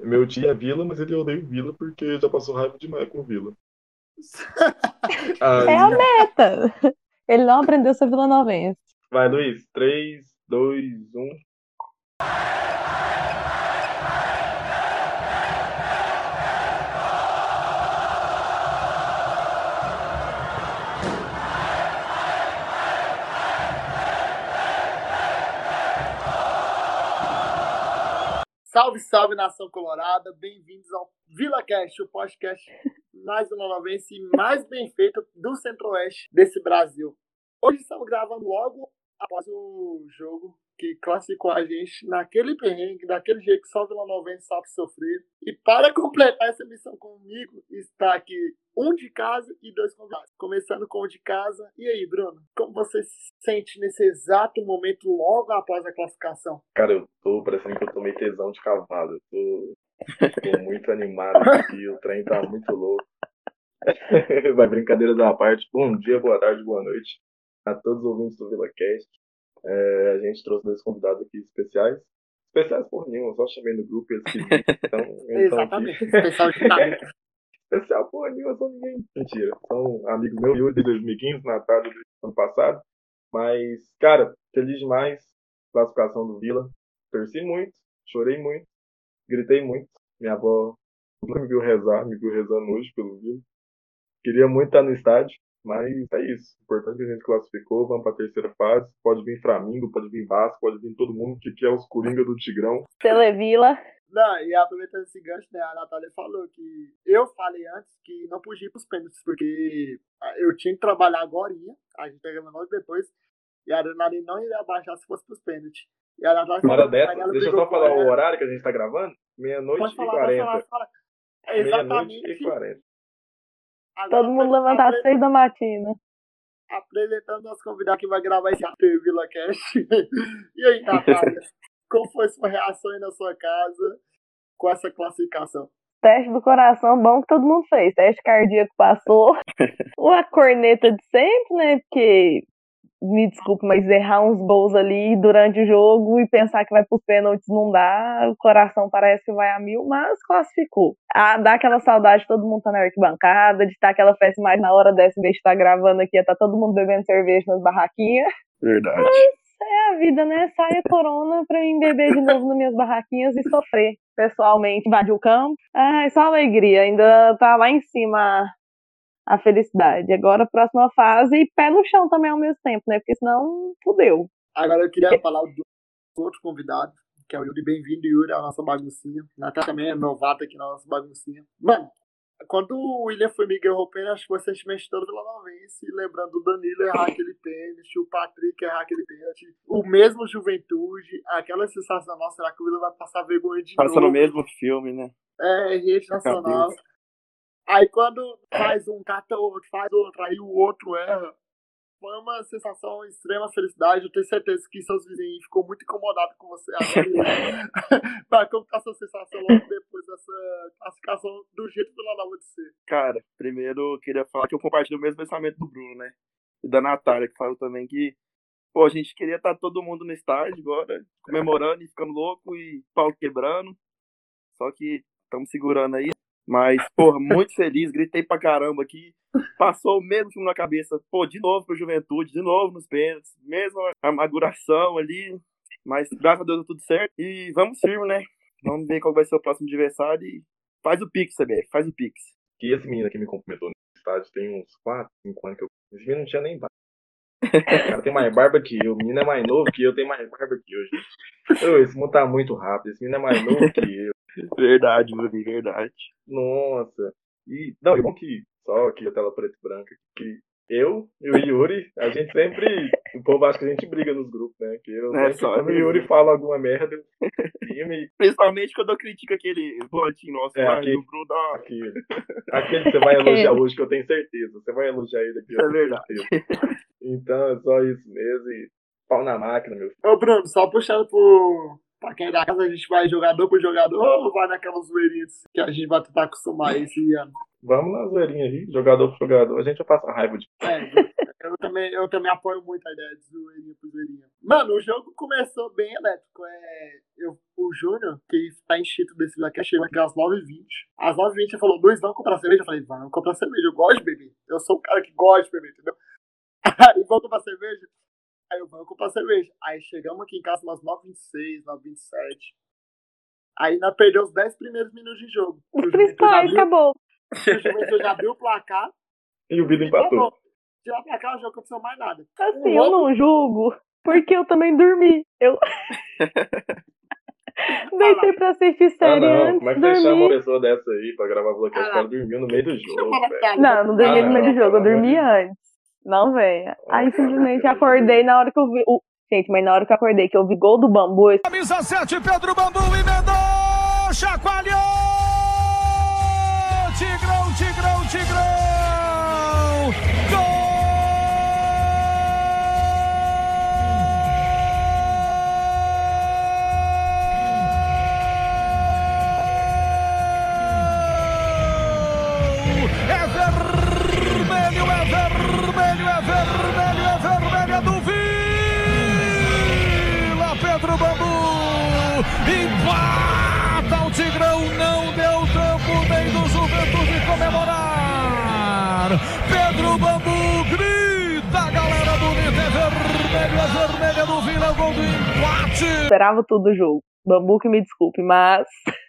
Meu tio é Vila, mas ele odeia o Vila porque já passou raiva demais com o Vila. É a Aí, meta. Ele não aprendeu a ser vilanovense. vai, Luiz. 3, 2, 1. Salve, salve, nação colorada. Bem-vindos ao VilaCast, o podcast mais vilanovense e mais bem feito do centro-oeste desse Brasil. Hoje estamos gravando logo após o jogo que classificou a gente naquele perrengue, daquele jeito que só vilanovense sabe sofrer. E para completar essa missão comigo, está aqui um de casa e dois convidados. Começando com o de casa. E aí, Bruno, como você se sente nesse exato momento logo após a classificação? Cara, eu tô parecendo que eu tomei tesão de cavalo. Eu tô muito animado aqui, o trem tá muito louco. Vai, brincadeiras à parte. Bom dia, boa tarde, boa noite a todos os ouvintes do VilaCast. A gente trouxe dois convidados aqui especiais. Especiais por nenhum, eu só chamei no grupo e eles queriam. Então, eles estão aqui. Exatamente, especial de talento. Especial por nenhum, eu sou ninguém. Mentira. São amigos meus, Yuri de 2015, Natália do ano passado. Mas, cara, feliz demais. Classificação do Vila. Torci muito, chorei muito, gritei muito. Minha avó nunca me viu rezar, me viu rezando hoje pelo Vila. Queria muito estar no estádio, mas é isso. O importante é que a gente classificou, vamos para a terceira fase. Pode vir Flamengo, pode vir Vasco, pode vir todo mundo que é os Coringa do Tigrão. Televila. Não, e aproveitando esse gancho, né, a Natália falou que eu falei antes que não podia ir pros pênaltis, porque eu tinha que trabalhar agora, a gente pegava logo depois, e a adrenalina não iria abaixar se fosse pros pênaltis. E a Natália Uma hora falou que dessa, ela deixa eu brigou só com falar o ela. horário que a gente tá gravando. Meia-noite e Pode falar, 40. fala. É Meia-noite e exatamente. 40. Agora Todo mundo levantar às 6 da matina. apresentando nosso convidado que vai gravar esse VilaCast. E aí, Natália, como foi sua reação aí na sua casa com essa classificação? Teste do coração, bom que todo mundo fez. Teste cardíaco passou. Uma corneta de sempre, né? Porque, me desculpe, mas errar uns gols ali durante o jogo e pensar que vai pros pênaltis não dá. O coração parece que vai a mil, mas classificou. Dá aquela saudade de todo mundo tá na arquibancada, de estar aquela festa mais na hora dessa, em vez de estar gravando aqui, tá todo mundo bebendo cerveja nas barraquinhas. Verdade. É a vida, né? Sai a corona pra mim beber de novo nas minhas barraquinhas e sofrer pessoalmente. Invadir o campo. É só alegria. Ainda tá lá em cima a felicidade. Agora a próxima fase e pé no chão também ao mesmo tempo, né? Porque senão fudeu. Agora eu queria falar do outro convidado, que é o Yuri. Bem-vindo, Yuri, à nossa baguncinha. Natália também é novata aqui na nossa baguncinha. Mano, quando o William Formiga errou o pênalti, acho que foi o sentimento todo vilanovense, lembrando do Danilo errar aquele pênalti, o Patrick errar aquele pênalti, o mesmo Juventude, aquela sensação, nossa, será que o William vai passar vergonha de Passa no novo? mesmo filme, né? Rede nacional. Aí quando faz um, cata outro, faz outro, aí o outro erra. Foi uma sensação de extrema felicidade. Eu tenho certeza que seus vizinhos ficou muito incomodados com você agora. Mas como tá a sua sensação logo depois dessa classificação do jeito que ela vai ser? Cara, primeiro eu queria falar que eu compartilho o mesmo pensamento do Bruno, né? E da Natália, que falou também que, pô, a gente queria estar todo mundo no estádio agora, comemorando e ficando louco e pau quebrando. Só que estamos segurando aí. Mas, porra, muito feliz, gritei pra caramba aqui. Passou o mesmo filme na cabeça. Pô, de novo pro Juventude, de novo nos pênaltis. Mesma amarguração ali. Mas, graças a Deus, deu tudo certo. E vamos firme, né? Vamos ver qual vai ser o próximo adversário. E faz o Pix, CBF, faz o Pix. E esse menino que me cumprimentou no estádio tem uns 4, 5 anos que eu. Esse menino não tinha nem barba. O cara tem mais barba que eu. O menino é mais novo que eu, tem mais barba que eu, gente. Esse mundo tá muito rápido. Esse menino é mais novo que eu. Verdade, Bruno, verdade. Nossa. E, não, é bom que só aqui a tela preta e branca, que eu e o Yuri, a gente sempre. O povo acha que a gente briga nos grupos, né? Que eu sempre, só quando o Yuri fala alguma merda, eu principalmente quando eu critico aquele boletim nosso lá, aquele, o Bruno dá... aquele que você vai elogiar hoje, que eu tenho certeza. Você vai elogiar ele aqui, eu tenho verdade. certeza. Então é só isso mesmo. E pau na máquina, meu filho. Ô, Bruno, só puxando pra quem é da casa, a gente vai jogador por jogador ou vai naquelas zoeirinhas que a gente vai tentar acostumar esse ano? Vamos na zoeirinha aí, jogador por jogador. A gente vai passar raiva de. Eu também apoio muito a ideia de zoeirinha pro zoeirinha. Mano, o jogo começou bem elétrico. O Júnior, que tá inscrito desse daqui, chegou aqui às 9h20. Às 9h20 ele falou, Luiz, vamos comprar cerveja? Eu falei, vamos comprar cerveja. Eu gosto de beber. Eu sou um cara que gosta de beber, entendeu? Aí, vamos comprar cerveja? Aí eu, vamos comprar cerveja. Aí chegamos aqui em casa umas 9h26, 9h27. Aí nós perdemos os 10 primeiros minutos de jogo. Os principais, acabou. O Juventude já abriu o placar. E o Vila empatou. De lá pra cá, o jogo não aconteceu mais nada. Assim, eu não julgo, porque eu também dormi. Eu deitei pra assistir série antes, como é que você chama uma pessoa dessa aí pra gravar Vlogcast? O cara dormiu no meio do jogo, velho. Não dormi no meio do jogo, eu dormi antes. Não, velho. Aí simplesmente acordei na hora que eu vi... Gente, mas na hora que eu acordei, que eu vi gol do Bambu... Camisa 7, Pedro Bambu emendou, chacoalhou! Tigrão, Tigrão, Tigrão! Gol! É vermelho, é vermelho, é vermelho, é vermelho, é do Vila! Pedro Bambu empata o Tigrão, não deu tempo nem do Juventude comemorar. Pedro Bambu grita, galera bonita, é vermelho do Vila, gol do empate. Esperava tudo do jogo. Bambu que me desculpe, mas...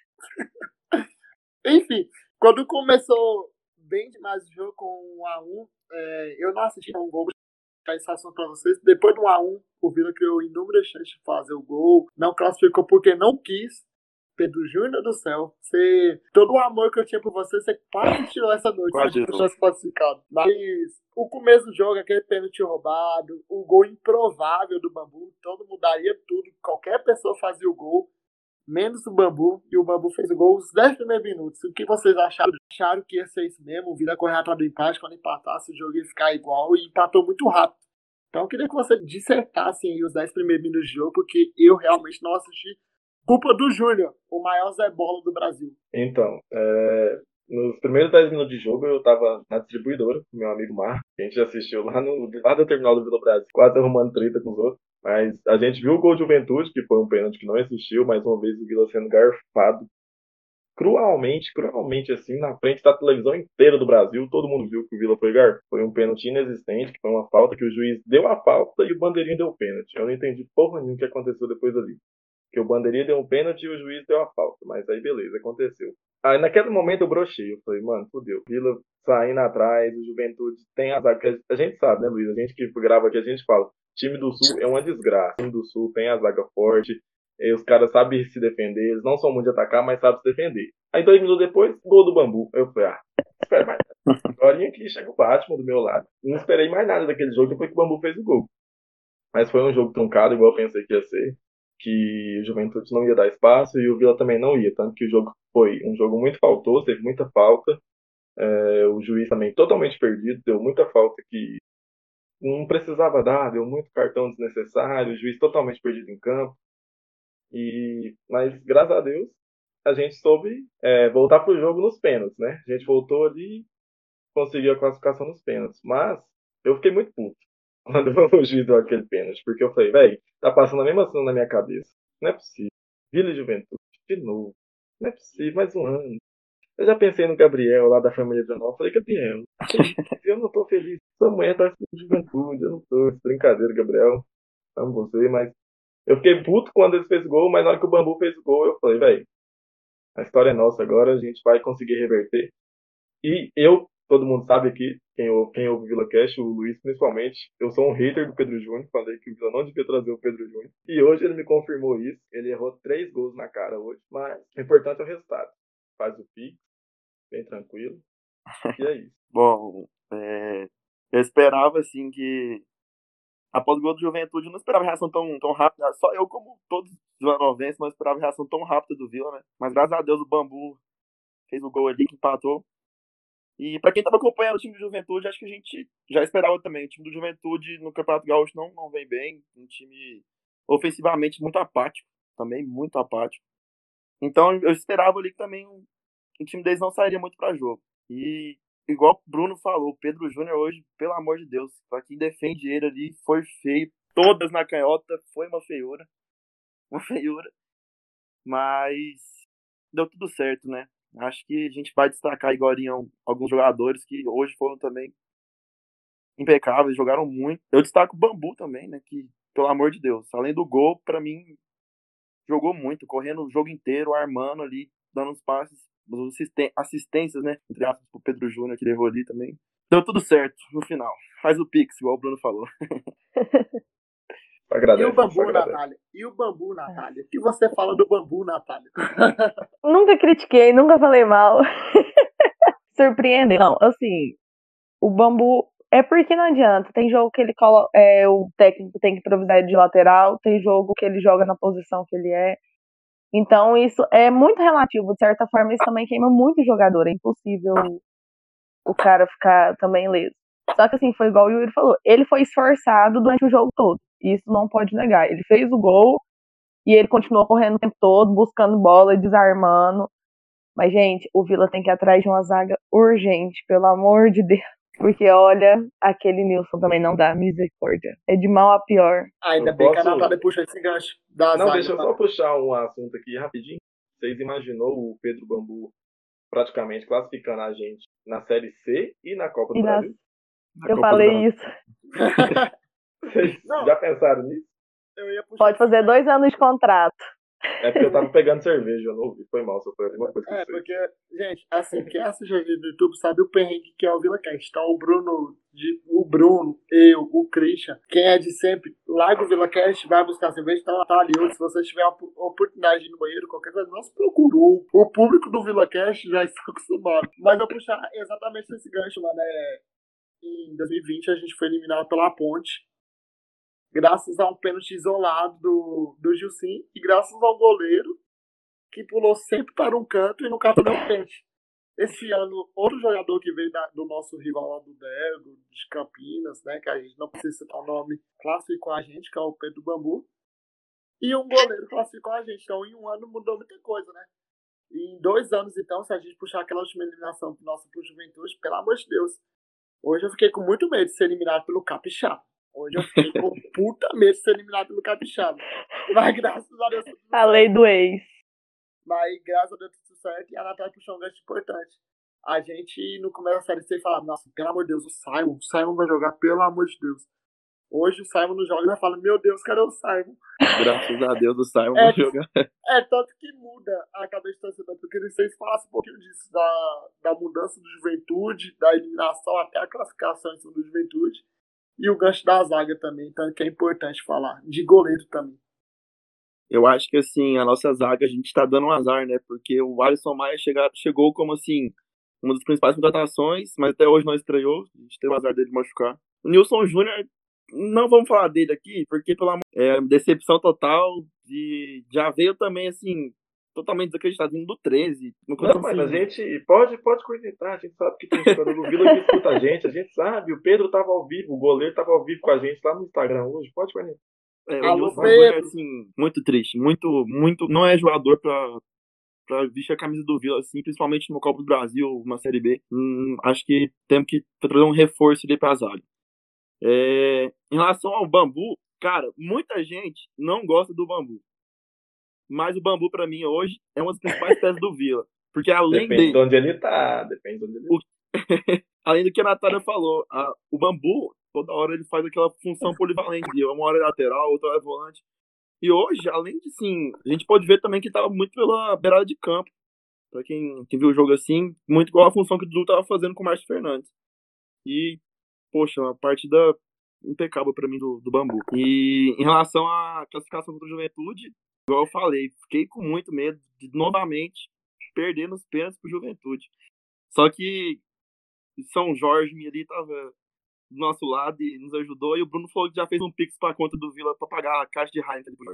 Enfim, quando começou bem demais o jogo com 1-1, eu não assisti a um gol a sensação para vocês. Depois do 1-1, o Vila criou inúmeras chances de fazer o gol, não classificou porque não quis. Pedro Júnior do céu, todo o amor que eu tinha por você quase tirou essa noite, se você tivesse classificado. Mas o começo do jogo, aquele pênalti roubado, o gol improvável do Bambu, todo mudaria tudo, qualquer pessoa fazia o gol, menos o Bambu, e o Bambu fez o gol os 10 primeiros minutos. O que vocês acharam? Acharam que ia ser isso mesmo? O Vila correr atrás do empate, quando empatasse o jogo ia ficar igual, e empatou muito rápido. Então eu queria que você dissertasse aí os 10 primeiros minutos de jogo, porque eu realmente não assisti. Culpa do Júnior, o maior Zé Bola do Brasil. Então, nos primeiros 10 minutos de jogo eu tava na distribuidora com meu amigo Marco. A gente assistiu lá do terminal do Vila Brasil, quase arrumando treta com os outros. Mas a gente viu o gol de Juventude, que foi um pênalti que não existiu, mais uma vez o Vila sendo garfado cruelmente assim, na frente da televisão inteira do Brasil. Todo mundo viu que o Vila foi garfado. Foi um pênalti inexistente, que foi uma falta que o juiz deu a falta e o bandeirinha deu o pênalti. Eu não entendi porra nenhuma o que aconteceu depois ali. Que o bandeirinha deu um pênalti e o juiz deu a falta. Mas aí beleza, aconteceu. Aí naquele momento eu brochei. Eu falei, mano, fudeu. Vila saindo atrás, o Juventude tem azar. Porque a gente sabe, né, Luiz? A gente que grava aqui, a gente fala. Time do Sul é uma desgraça. O time do Sul tem a zaga forte. E os caras sabem se defender. Eles não são muito de atacar, mas sabem se defender. Aí 2 minutos depois, gol do Bambu. Eu falei, espera mais nada. Agora aqui chega o Batman do meu lado. Não esperei mais nada daquele jogo depois que o Bambu fez o gol. Mas foi um jogo truncado, igual eu pensei que ia ser. Que o Juventude não ia dar espaço e o Vila também não ia. Tanto que o jogo foi um jogo muito faltoso, teve muita falta. O juiz também totalmente perdido, deu muita falta que não precisava dar, deu muito cartão desnecessário, o juiz totalmente perdido em campo. Mas, graças a Deus, a gente soube voltar pro jogo nos pênaltis, né? A gente voltou ali e conseguiu a classificação nos pênaltis. Mas eu fiquei muito puto quando o juiz deu aquele pênalti, porque eu falei, velho, tá passando a mesma cena na minha cabeça. Não é possível. Vila e Juventude, de novo. Não é possível, mais um ano. Eu já pensei no Gabriel, lá da família de Anol. Falei, Gabriel, eu não tô feliz. Sua mulher tá com Juventude, eu não tô. Brincadeira, Gabriel. Amo você, mas eu fiquei puto quando ele fez o gol, mas na hora que o Bambu fez o gol, eu falei, velho, a história é nossa agora, a gente vai conseguir reverter. E todo mundo sabe aqui, quem ouve o VilaCast, o Luiz principalmente, eu sou um hater do Pedro Júnior, falei que o Vila não devia trazer o Pedro Júnior. E hoje ele me confirmou isso, ele errou 3 gols na cara hoje, mas o importante é o resultado. Faz o Pix, bem tranquilo, e é isso. Bom, eu esperava assim que após o gol do Juventude, eu não esperava reação tão rápida. Só eu, como todos os vilanovenses, não esperava reação tão rápida do Vila, né? Mas graças a Deus o Bambu fez o gol ali que empatou. E pra quem tava acompanhando o time do Juventude, acho que a gente já esperava também. O time do Juventude no Campeonato Gaúcho não vem bem. Um time ofensivamente muito apático. Também muito apático. Então eu esperava ali que também o time deles não sairia muito pra jogo. E igual o Bruno falou, o Pedro Júnior hoje, pelo amor de Deus, pra quem defende ele ali, foi feio. Todas na canhota, foi uma feiura. Uma feiura. Mas deu tudo certo, né? Acho que a gente vai destacar igual alguns jogadores que hoje foram também impecáveis, jogaram muito. Eu destaco o Bambu também, né? Que, pelo amor de Deus, além do gol, pra mim, jogou muito, correndo o jogo inteiro, armando ali, dando uns passes, assistências, né? Entre aspas, pro Pedro Júnior, que levou ali também. Deu tudo certo no final. Faz o Pix, igual o Bruno falou. Agradece, e o Bambu, agradece. Natália? E o Bambu, Natália? O que você fala do Bambu, Natália? Nunca critiquei, nunca falei mal. Surpreendeu. Não, assim, o Bambu é porque não adianta. Tem jogo que ele o técnico tem que improvisar de lateral, tem jogo que ele joga na posição que ele é. Então isso é muito relativo. De certa forma, isso também queima muito o jogador. É impossível o cara ficar também ileso. Só que assim, foi igual o Yuri falou. Ele foi esforçado durante o jogo todo. Isso não pode negar. Ele fez o gol e ele continuou correndo o tempo todo, buscando bola, desarmando. Mas, gente, o Vila tem que ir atrás de uma zaga urgente, pelo amor de Deus. Porque, olha, aquele Nilson também não dá misericórdia. É de mal a pior. Ainda bem que a Natália puxa esse gancho da zaga. Não, deixa eu só puxar um assunto aqui rapidinho. Vocês imaginou o Pedro Bambu praticamente classificando a gente na Série C e na Copa do Brasil? Eu falei isso. Vocês já pensaram nisso? Pode fazer 2 anos de contrato. É porque eu tava pegando cerveja, eu não ouvi. Foi mal, só foi alguma coisa. Porque, gente, assim, quem assiste o vídeo do YouTube sabe o perrengue que é o VilaCast. Então, o Bruno, eu, o Christian, quem é de sempre, larga o VilaCast, vai buscar cerveja, então ela tá ali. Ou se você tiver a oportunidade de ir no banheiro, qualquer coisa, não se procure. O público do VilaCast já está acostumado. Mas eu puxar exatamente esse gancho, mano. Em 2020, a gente foi eliminado pela Ponte, graças a um pênalti isolado do Gilcim e graças ao goleiro que pulou sempre para um canto e não catou nenhum pênalti. Esse ano, outro jogador que veio do nosso rival lá do Dergo, de Campinas, né, que a gente não precisa citar o nome, classificou a gente, que é o Pedro Bambu, e um goleiro classificou a gente. Então, em um ano mudou muita coisa, né? E em 2 anos, então, se a gente puxar aquela última eliminação nossa pro Juventude, pelo amor de Deus, hoje eu fiquei com muito medo de ser eliminado pelo Capixaba. Hoje eu fiquei com puta medo de ser eliminado pelo Capixaba. Mas graças a Deus tudo certo. A lei do ex. Mas graças a Deus tudo certo. E a Natália puxou um gancho importante. A gente, no começo da série C, falava, nossa, pelo amor de Deus, o Simon vai jogar, pelo amor de Deus. Hoje o Simon não joga e vai falar, meu Deus, cadê o Simon? Graças a Deus o Simon vai jogar. Tanto que muda a cabeça do torcedor. Eu queria que vocês falassem um pouquinho disso, da mudança do Juventude, da eliminação até a classificação em cima do Juventude. E o gancho da zaga também, então que é importante falar. De goleiro também. Eu acho que, assim, a nossa zaga, a gente tá dando um azar, né? Porque o Alisson Maia chegou como, assim, uma das principais contratações, mas até hoje não estreou. A gente teve o azar dele machucar. O Nilson Júnior, não vamos falar dele aqui, porque, pelo amor, decepção total. Já veio também, assim, totalmente desacreditado, vindo do 13. Não, mas a gente pode cornetar, a gente sabe que tem jogador do Vila que escuta a gente sabe, o Pedro tava ao vivo, o goleiro tava ao vivo com a gente lá no Instagram hoje, pode cornetar. O Nilson é, assim, muito triste, muito, não é jogador pra vestir a camisa do Vila, assim, principalmente no Copa do Brasil, uma Série B. Acho que temos que trazer um reforço ali pra zaga. Em relação ao Bambu, cara, muita gente não gosta do Bambu. Mas o Bambu, pra mim, hoje, é uma das principais peças do Vila. Porque além depende de onde ele tá. Além do que a Natália falou, o Bambu, toda hora ele faz aquela função polivalente. Uma hora é lateral, outra hora é volante. E hoje, além de, sim, a gente pode ver também que tava muito pela beirada de campo. Pra quem viu o jogo assim, muito igual a função que o Dudu tava fazendo com o Márcio Fernandes. E, poxa, uma partida impecável pra mim do Bambu. E em relação à classificação contra a Juventude, igual eu falei, fiquei com muito medo de novamente perder nos pênaltis pro Juventude. Só que São Jorge ali tava do nosso lado e nos ajudou, e o Bruno falou que já fez um pix pra conta do Vila pra pagar a caixa de Heineken pro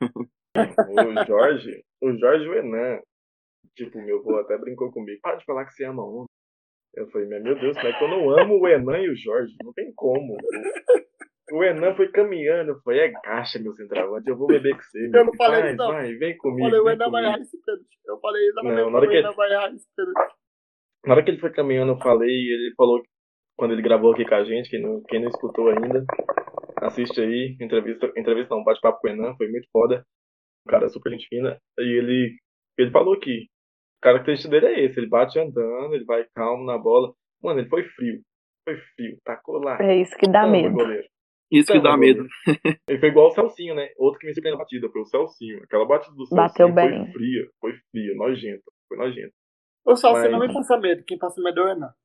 Jorge. O Jorge e o Enan, tipo, meu avô até brincou comigo, para de falar que você ama homem. Eu falei, meu Deus, como é que eu não amo o Enan e o Jorge? Não tem como. O Enan foi caminhando, eu falei, caixa, meu centroavante, eu vou beber com você. Eu não falei isso, não. Vai, vem comigo. Eu falei, o Enan vai errar esse pênalti. Eu falei, exatamente, o Enan vai errar esse pênalti. Na hora que ele foi caminhando, eu falei, e ele falou, quando ele gravou aqui com a gente, quem não escutou ainda, assiste aí, entrevista não, bate-papo com o Enan, foi muito foda, um cara super gente fina, e ele falou que a característica dele é esse, ele bate andando, ele vai calmo na bola, mano, ele foi frio, tacou lá, É isso que dá tama, medo. goleiro, Isso que tama, dá goleiro. medo. Ele foi igual o Celcinho, né, outro que me surpreendeu na batida, foi o Celcinho, aquela batida do Bateu Celcinho bem. foi fria, nojenta, foi nojenta. O Salsi Mas- não me passa medo, quem passa medo é o Renan.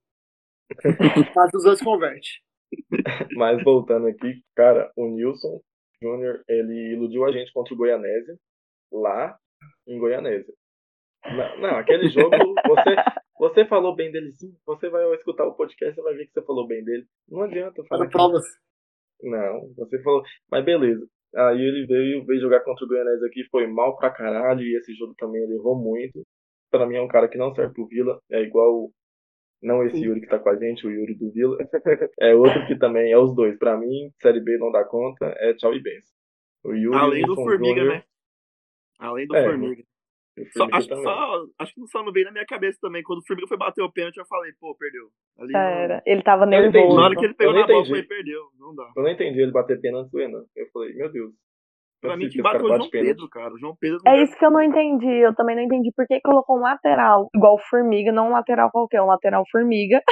Mas os dois converte. Mas voltando aqui, cara, o Nilson Júnior, ele iludiu a gente contra o Goianésia, lá em Goianésia. Não, aquele jogo, você falou bem dele sim, você vai escutar o podcast, você vai ver que você falou bem dele. Não adianta falar Para provas. Não, você falou, mas beleza. Aí ele veio jogar contra o Goianésia aqui, foi mal pra caralho, e esse jogo também ele errou muito. Pra mim é um cara que não serve pro Vila, é igual, não esse Yuri que tá com a gente, o Yuri do Vila. É outro que também é os dois. Pra mim, Série B não dá conta, é tchau e benção. O Yuri e o Além do Nilson Formiga, Júnior. né? Além do É, Formiga. o Formiga também. Acho que só não veio na minha cabeça também. Quando o Formiga foi bater o pênalti, eu falei, pô, perdeu. Ali Já não- era. Ele tava não entendi. nervoso. Na hora que ele pegou Eu não na bola, eu entendi. falei, perdeu. Não dá. Eu não entendi ele bater pênalti do Enan. Eu falei, meu Deus. Pra mim, Esse quem cara bateu o bate João pênalti. Pedro, cara. O João Pedro não É deve- isso que eu não entendi. Eu também não entendi por que colocou um lateral, igual o Formiga, não um lateral qualquer, um lateral Formiga.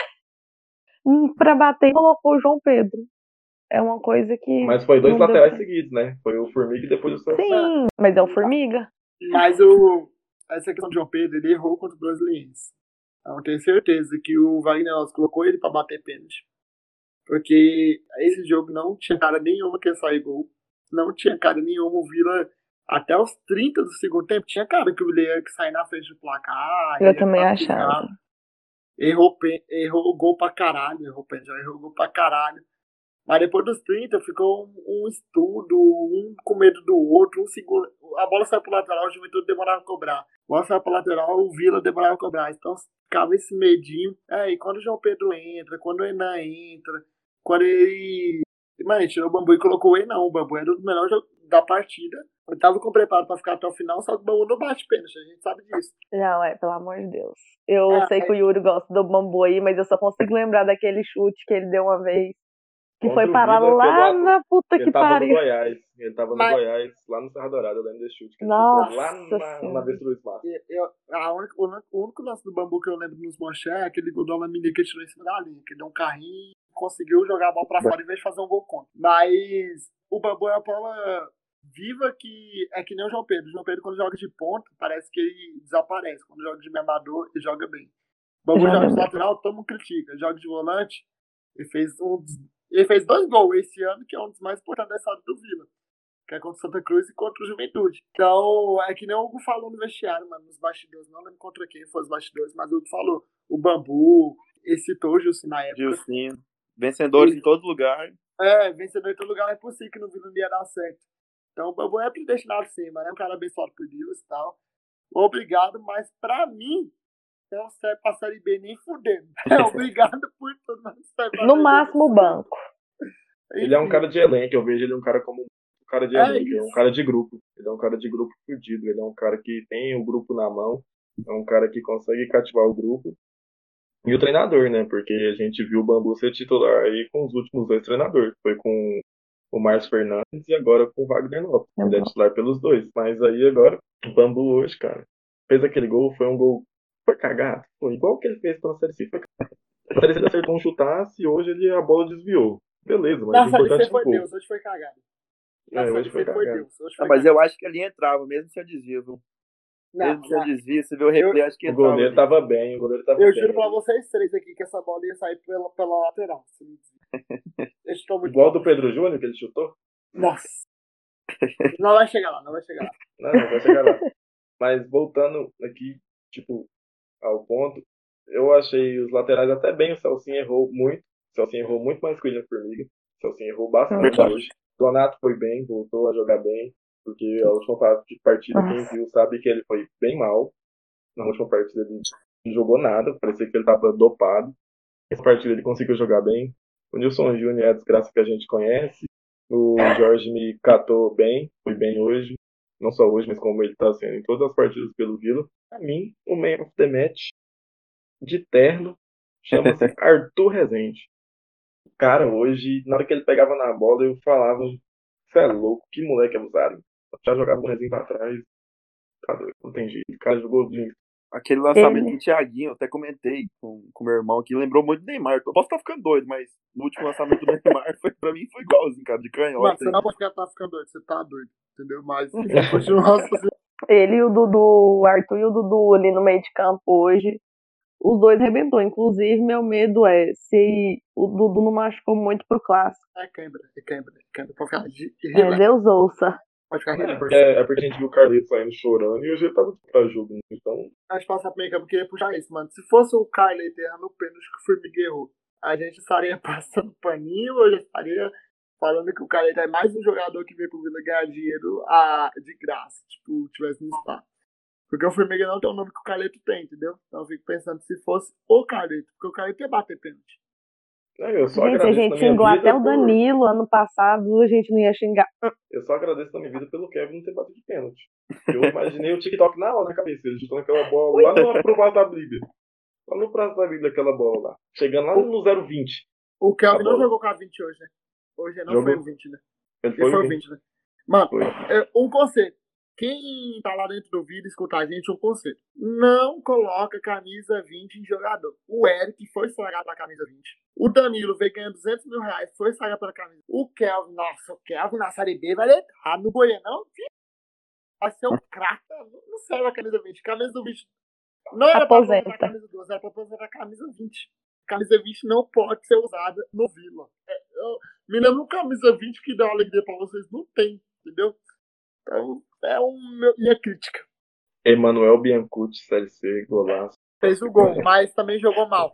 Pra bater, colocou o João Pedro. É uma coisa que. Mas foi dois não deu laterais certo. seguidos, né? Foi o Formiga e depois o Celso. Sim, mas é o Formiga. Mas essa questão de João Pedro, ele errou contra o Brasiliense. Então eu tenho certeza que o Wagner Lopes colocou ele pra bater pênalti. Porque esse jogo não tinha cara nenhuma que ia sair gol. Não tinha cara nenhuma. O Vila, até os 30 do segundo tempo, tinha cara que o Vila ia sair na frente do placar. Eu ia também classificar. achava. Errou gol pra caralho. Errou gol pra caralho. Mas depois dos 30 ficou um estudo, um com medo do outro, um segura. A bola saiu pro lateral, o Juventude demorava a cobrar. A bola saiu pro lateral, o Vila demorava a cobrar. Então ficava esse medinho. E quando o João Pedro entra, quando o Enan entra, quando ele. Mano, ele tirou o Bambu e colocou o Enan. O Bambu era o melhor jogo da partida. Eu tava com preparo pra ficar até o final, só que o Bambu não bate pênalti, a gente sabe disso. Não, pelo amor de Deus. Eu sei que o Yuri gosta do Bambu aí, mas eu só consigo lembrar daquele chute que ele deu uma vez. Que Contra foi o parar Vila, lá pelo na puta Ele que tava no pariu. Goiás. Ele tava no Mas- Goiás, lá no Serra Dourada. Eu lembro desse chute. Que ele Nossa chutou lá na Senhora. Avestruz Massa. O único lance do Bambu que eu lembro nos manchés é aquele gol do Alamini que ele tirou em cima da linha, que ele deu um carrinho e conseguiu jogar a bola pra fora em vez de fazer um gol contra. Mas o Bambu é uma bola viva que é que nem o João Pedro. O João Pedro, quando joga de ponta, parece que ele desaparece. Quando joga de memador, ele joga bem. O Bambu joga de lateral, todo mundo critica. Ele joga de volante, ele fez 2 gols esse ano, que é um dos mais importantes dessa hora do Vila. Que é contra o Santa Cruz e contra o Juventude. Então, é que nem o Hugo falou no vestiário, mano, nos bastidores. Não lembro contra quem foi os bastidores, mas o Hugo falou. O Bambu, ele citou o Jussi na época. Gilcinho. Vencedores em todo lugar. Vencedor em todo lugar é possível que no Vila não ia dar certo. Então, o Bambu é predestinado sim, mano. É um cara abençoado por Deus e tal. Obrigado, mas pra mim, não serve pra Série B nem fudendo. Obrigado por tudo, mas não serve pra No Série B máximo o nem fudendo. banco. Ele é um Enfim. cara de elenco. Eu vejo ele um cara como um cara de elenco. Ele é um isso. cara de grupo. Ele é um cara de grupo fudido. Ele é um cara que tem o grupo na mão. É um cara que consegue cativar o grupo. E o treinador, né? Porque a gente viu o Bambu ser titular aí com os últimos 2 treinadores. Foi com o Márcio Fernandes e agora com o Wagner Lopes. Ele é titular pelos 2. Mas aí agora, o Bambu hoje, cara, fez aquele gol, foi um gol. Foi cagado. Foi igual o que ele fez pela Série C. Foi cagado. A Série C ele acertou um chutaço e hoje a bola desviou. Beleza, mas Na o Série importante C foi é o gol. Deus, hoje foi cagado. Na Série Hoje C foi foi cagado. Deus, hoje foi Mas cagado. eu acho que ali entrava, mesmo sem desvio, viu? Não, Mesmo sem não. desvio, você vê o replay, acho que O entrava. goleiro ali. tava bem, o goleiro tava Eu bem. juro pra vocês 3 aqui que essa bola ia sair pela lateral. Eles estão muito Igual bons. do Pedro Júnior, que ele chutou. Nossa. Não vai chegar lá, não vai chegar lá. Não, vai chegar lá. Mas voltando aqui, tipo, ao ponto, eu achei os laterais até bem. O Celcinho errou muito. O Celcinho errou muito mais que o William Formiga. O Celcinho errou bastante Verdade. hoje. O Donato foi bem, voltou a jogar bem. Porque a última partida, quem Nossa. viu sabe que ele foi bem mal. Na última partida ele não jogou nada. Parecia que ele tava dopado. Essa partida ele conseguiu jogar bem. O Nilson Júnior é a desgraça que a gente conhece. O Jorge me catou bem, foi bem hoje. Não só hoje, mas como ele tá sendo em todas as partidas pelo Vila. Pra mim, o Man of the Match de terno, chama-se Arthur Rezende. Cara, hoje, na hora que ele pegava na bola, eu falava, você é louco, que moleque abusado. Já jogava o bonezinho pra trás, tá doido, não tem jeito. O cara jogou de Aquele lançamento Ele, do Thiaguinho, eu até comentei com meu irmão que lembrou muito do Neymar. Eu posso estar ficando doido, mas no último lançamento do Neymar, pra mim, foi igualzinho, cara, de Mano, canhota. você não pode ficar ficando doido, você tá doido, entendeu? Mas continua assim. ele e o Dudu, o Arthur e o Dudu ali no meio de campo hoje, os dois arrebentou. Inclusive, meu medo é se o Dudu não machucou muito pro clássico. É cãibra. Pode ficar relax, Deus ouça. pode ficar relax. É porque a gente viu o Carleto saindo chorando e hoje ele tava pra jogo, né? Então, Antes de passar pro meio campo, eu queria puxar isso, mano. Se fosse o Carley errando o pênalti que o Formiga errou, a gente estaria passando paninho ou já estaria falando que o Carley é mais um jogador que veio pro Vila ganhar dinheiro de graça, tipo, tivesse no Spa. Porque o Formiga não tem o nome que o Carleto tem, entendeu? Então eu fico pensando se fosse o Carleto, porque o Carleto ia bater pênalti. eu só Gente, se a agradeço na gente minha xingou vida até o Danilo ano passado, a gente não ia xingar. Eu só agradeço na minha vida pelo Kevin não ter batido de pênalti. Eu imaginei o TikTok na hora na cabeça, ele chutando aquela bola lá no pro braço da Bíblia. Lá no braço da Bíblia, aquela bola lá. Chegando lá no 0,20. O Kelvin A não bola. jogou com a 20 hoje, né? Hoje não Jogou. foi o 20, né? Ele Ele foi foi o 20, né? Mano, Foi. um conceito. Quem tá lá dentro do vídeo escuta a gente, um conceito. Não coloca camisa 20 em jogador. O Eric foi estragado pela camisa 20. O Danilo veio ganhando 200 mil reais, foi estragado pela camisa. O Kelvin, nossa, o Kelvin na Série B vai errar no Goianão. Vai ser um craque. Não serve a camisa 20. Camisa do 20 não era pra aposentar a camisa 12, era pra aposentar a camisa 20. Camisa 20 não pode ser usada no Vila. Eu me lembro de camisa 20 que dá uma alegria pra vocês. Não tem, entendeu? Então, minha crítica. Emanuel Biancucci, Série C, golaço. Fez o gol, mas também jogou mal.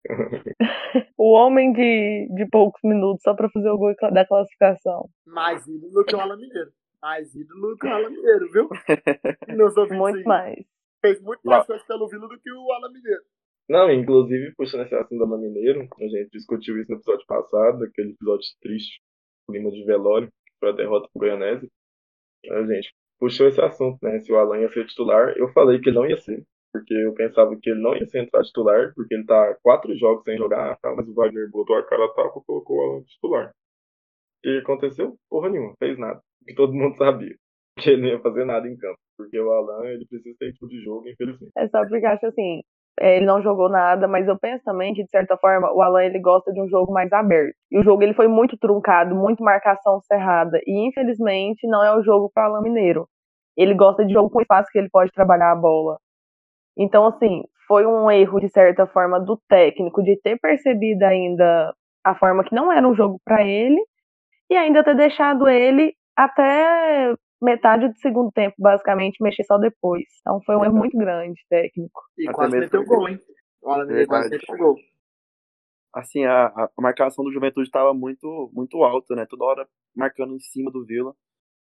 O homem de poucos minutos só pra fazer o gol da classificação. Mais ídolo que o Alan Mineiro. Mais ídolo que o Alan Mineiro, viu? Muito mais. Fez muito mais coisa pelo Vila do que o Alan Mineiro. Não, inclusive, puxando esse assunto do Alan Mineiro, a gente discutiu isso no episódio passado, aquele episódio triste, clima de velório, que foi a derrota pro Goianese. A gente puxou esse assunto, né? Se o Alan ia ser titular, eu falei que ele não ia ser. Porque eu pensava que ele não ia ser entrar titular, porque ele tá 4 jogos sem jogar, tá? Mas o Wagner botou a cara a tapa e colocou o Alan titular. O que aconteceu? Porra nenhuma, fez nada. Que todo mundo sabia. Que ele não ia fazer nada em campo. Porque o Alan, ele precisa ter tipo de jogo, infelizmente. É só porque acho assim, ele não jogou nada, mas eu penso também que, de certa forma, o Alan ele gosta de um jogo mais aberto. E o jogo ele foi muito truncado, muito marcação cerrada. E, infelizmente, não é o jogo para o Alan Mineiro. Ele gosta de jogo com espaço que ele pode trabalhar a bola. Então, assim, foi um erro, de certa forma, do técnico de ter percebido ainda a forma que não era um jogo para ele e ainda ter deixado ele até metade do segundo tempo, basicamente, mexer só depois. Então foi um erro muito grande, técnico. E Até quase mesmo meteu gol, hein? O Alan Mineiro quase meteu gol. Assim, a marcação do Juventude estava muito, muito alta, né? Toda hora marcando em cima do Vila.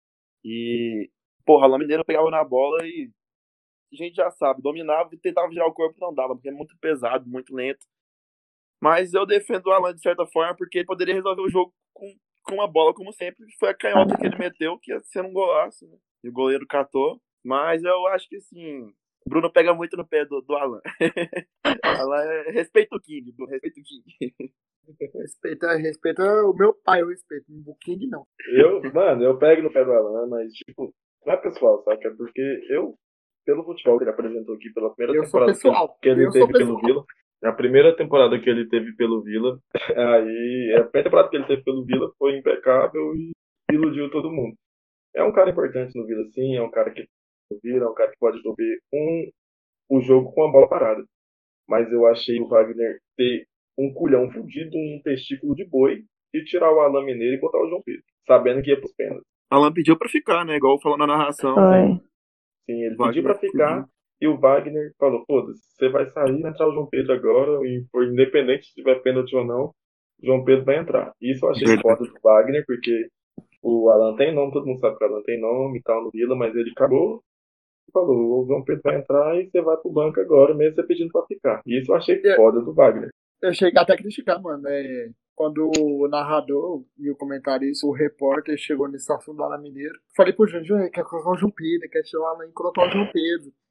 E, porra, o Alan Mineiro pegava na bola e a gente já sabe, dominava e tentava virar o corpo, não dava, porque é muito pesado, muito lento. Mas eu defendo o Alan de certa forma, porque ele poderia resolver o jogo com uma bola, como sempre. Foi a canhota que ele meteu, que ia ser um golaço, né? E o goleiro catou. Mas eu acho que, assim, o Bruno pega muito no pé do Alan. Alan, respeita o King, Bruno, respeita o King. Respeita o meu pai, eu respeito. O King não. Eu pego no pé do Alan, mas, tipo, não é pessoal, sabe? É porque eu, pelo futebol que ele apresentou aqui pela primeira temporada que ele teve pelo Vila, a primeira temporada que ele teve pelo Vila, aí a primeira temporada que ele teve pelo Vila foi impecável e iludiu todo mundo. É um cara importante no Vila, sim, é um cara que é um cara que pode resolver o jogo com a bola parada. Mas eu achei o Wagner ter um culhão fudido, um testículo de boi, e tirar o Alan Mineiro e botar o João Pedro, sabendo que ia pros pênaltis. Alan pediu pra ficar, né? Igual falou na narração. Sim, ele pediu pra ficar e o Wagner falou, foda-se, você vai sair, vai entrar o João Pedro agora, e por independente se tiver pênalti ou não, o João Pedro vai entrar. Isso eu achei foda do Wagner, porque o Alan tem nome, todo mundo sabe que o Alan tem nome e tal no Vila, mas ele acabou e falou, o João Pedro vai entrar e você vai pro banco agora, mesmo você pedindo pra ficar. E isso eu achei foda do Wagner. Eu cheguei até a criticar, mano, quando o narrador e o comentarista, o repórter, chegou nesse assunto do Alan Mineiro, falei pro João, quer colocar o João Pedro, quer tirar o Alan e colocar o João Pedro.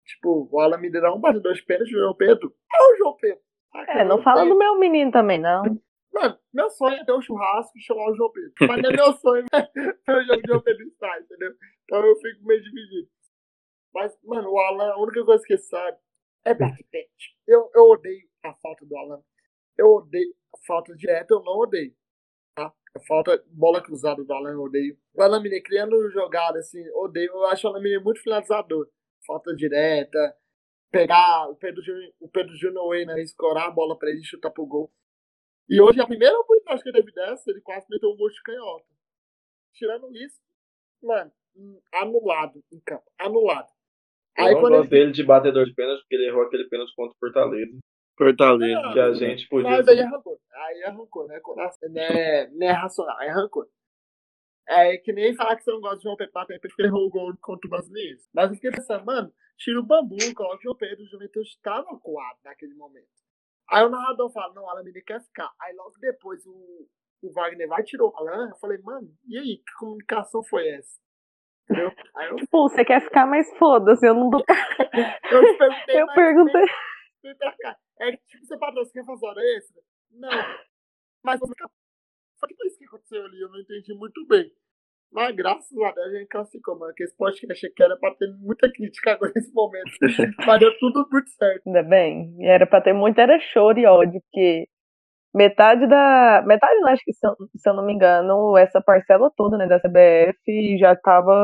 Tipo, o Alan Mineiro é um batedor de pênalti, o João Pedro é o João Pedro. Não fala do meu menino também, não. Mano, meu sonho é ter um churrasco e chamar o João Pedro. Mas não é meu sonho ver o jogo de João Pedro estar, entendeu? Então eu fico meio dividido. Mas, mano, o Alan, a única coisa que ele sabe é bater pênalti. Eu odeio a falta do Alan. Eu odeio a falta direta, eu não odeio. Tá? A falta, bola cruzada do Alan, eu odeio. O Alan Mineiro criando jogada, assim, odeio. Eu acho o Alan Mineiro muito finalizador. Falta direta, pegar o Pedro Júnior Wayne, escorar a bola pra ele e chutar pro gol. E hoje, a primeira oportunidade que ele teve dessa, ele quase meteu um gol de canhota. Tirando isso, mano, anulado em campo. Anulado. Eu não gosto dele de batedor de pênalti, porque ele errou aquele pênalti contra o Fortaleza. Que a gente podia... Mas aí arrancou. Aí arrancou, né? Não é racional, aí arrancou. É que nem falar que você não gosta de João Pedro bater porque ele errou o gol contra o Brasileiro. Mas eu fiquei pensando, mano, tira o Bambu, coloca o João Pedro, o Juventude estava acuado naquele momento. Aí o narrador fala, não, o Alan Mineiro quer ficar. Aí logo depois o Wagner vai e tirou o Alan. Eu falei, mano, e aí? Que comunicação foi essa? Entendeu? Aí eu... Tipo, você quer ficar, mas foda-se, eu não dou. Eu te perguntei, eu perguntei. Vem pra cá. É tipo, você patrão, você quer fazer hora extra? Não. Mas só que por isso que aconteceu ali, eu não entendi muito bem. Mas graças a Deus a gente classificou, mano. Porque esse podcast aqui era pra ter muita crítica agora nesse momento. Mas deu tudo muito certo. Ainda bem. E era pra ter muito, era choro e ódio, porque metade, não, acho que se eu não me engano, essa parcela toda, né, da CBF já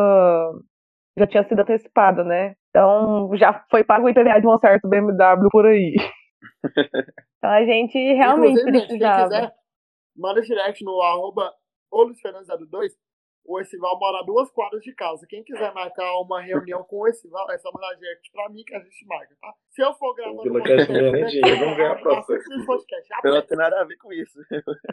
tinha sido antecipada, né? Então já foi pago o IPVA de um certo BMW por aí. Então a gente realmente precisava. Quem quiser, manda direct no @OLuisFernandes02. O Essival mora a 2 quadras de casa. Quem quiser marcar uma reunião com o Essival, é só mandar direct pra mim que a gente marca, tá? Se eu for gravando o podcast, não nem dinheiro, vamos ganhar processo. Eu não tenho nada a ver com isso.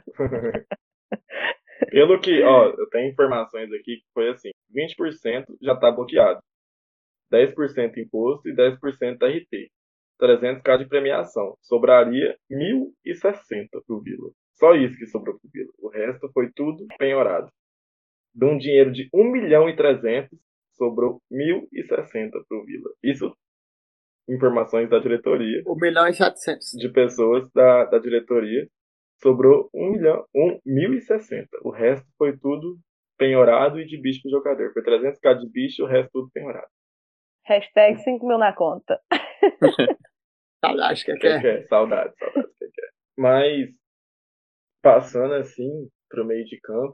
Pelo que, eu tenho informações aqui que foi assim, 20% já tá bloqueado. 10% imposto e 10% da RT. 300k de premiação. Sobraria 1.060 pro Vila. Só isso que sobrou pro Vila. O resto foi tudo penhorado. De um dinheiro de 1.300.000, sobrou 1.060 pro Vila. Isso, informações da diretoria. 1.700.000. De pessoas da diretoria. Sobrou 1.060. O resto foi tudo penhorado e de bicho pro jogador. Foi 300k de bicho, o resto tudo penhorado. Hashtag 5 mil na conta. Saudade, que quer. Saudade, que quer. Mas, passando assim pro meio de campo,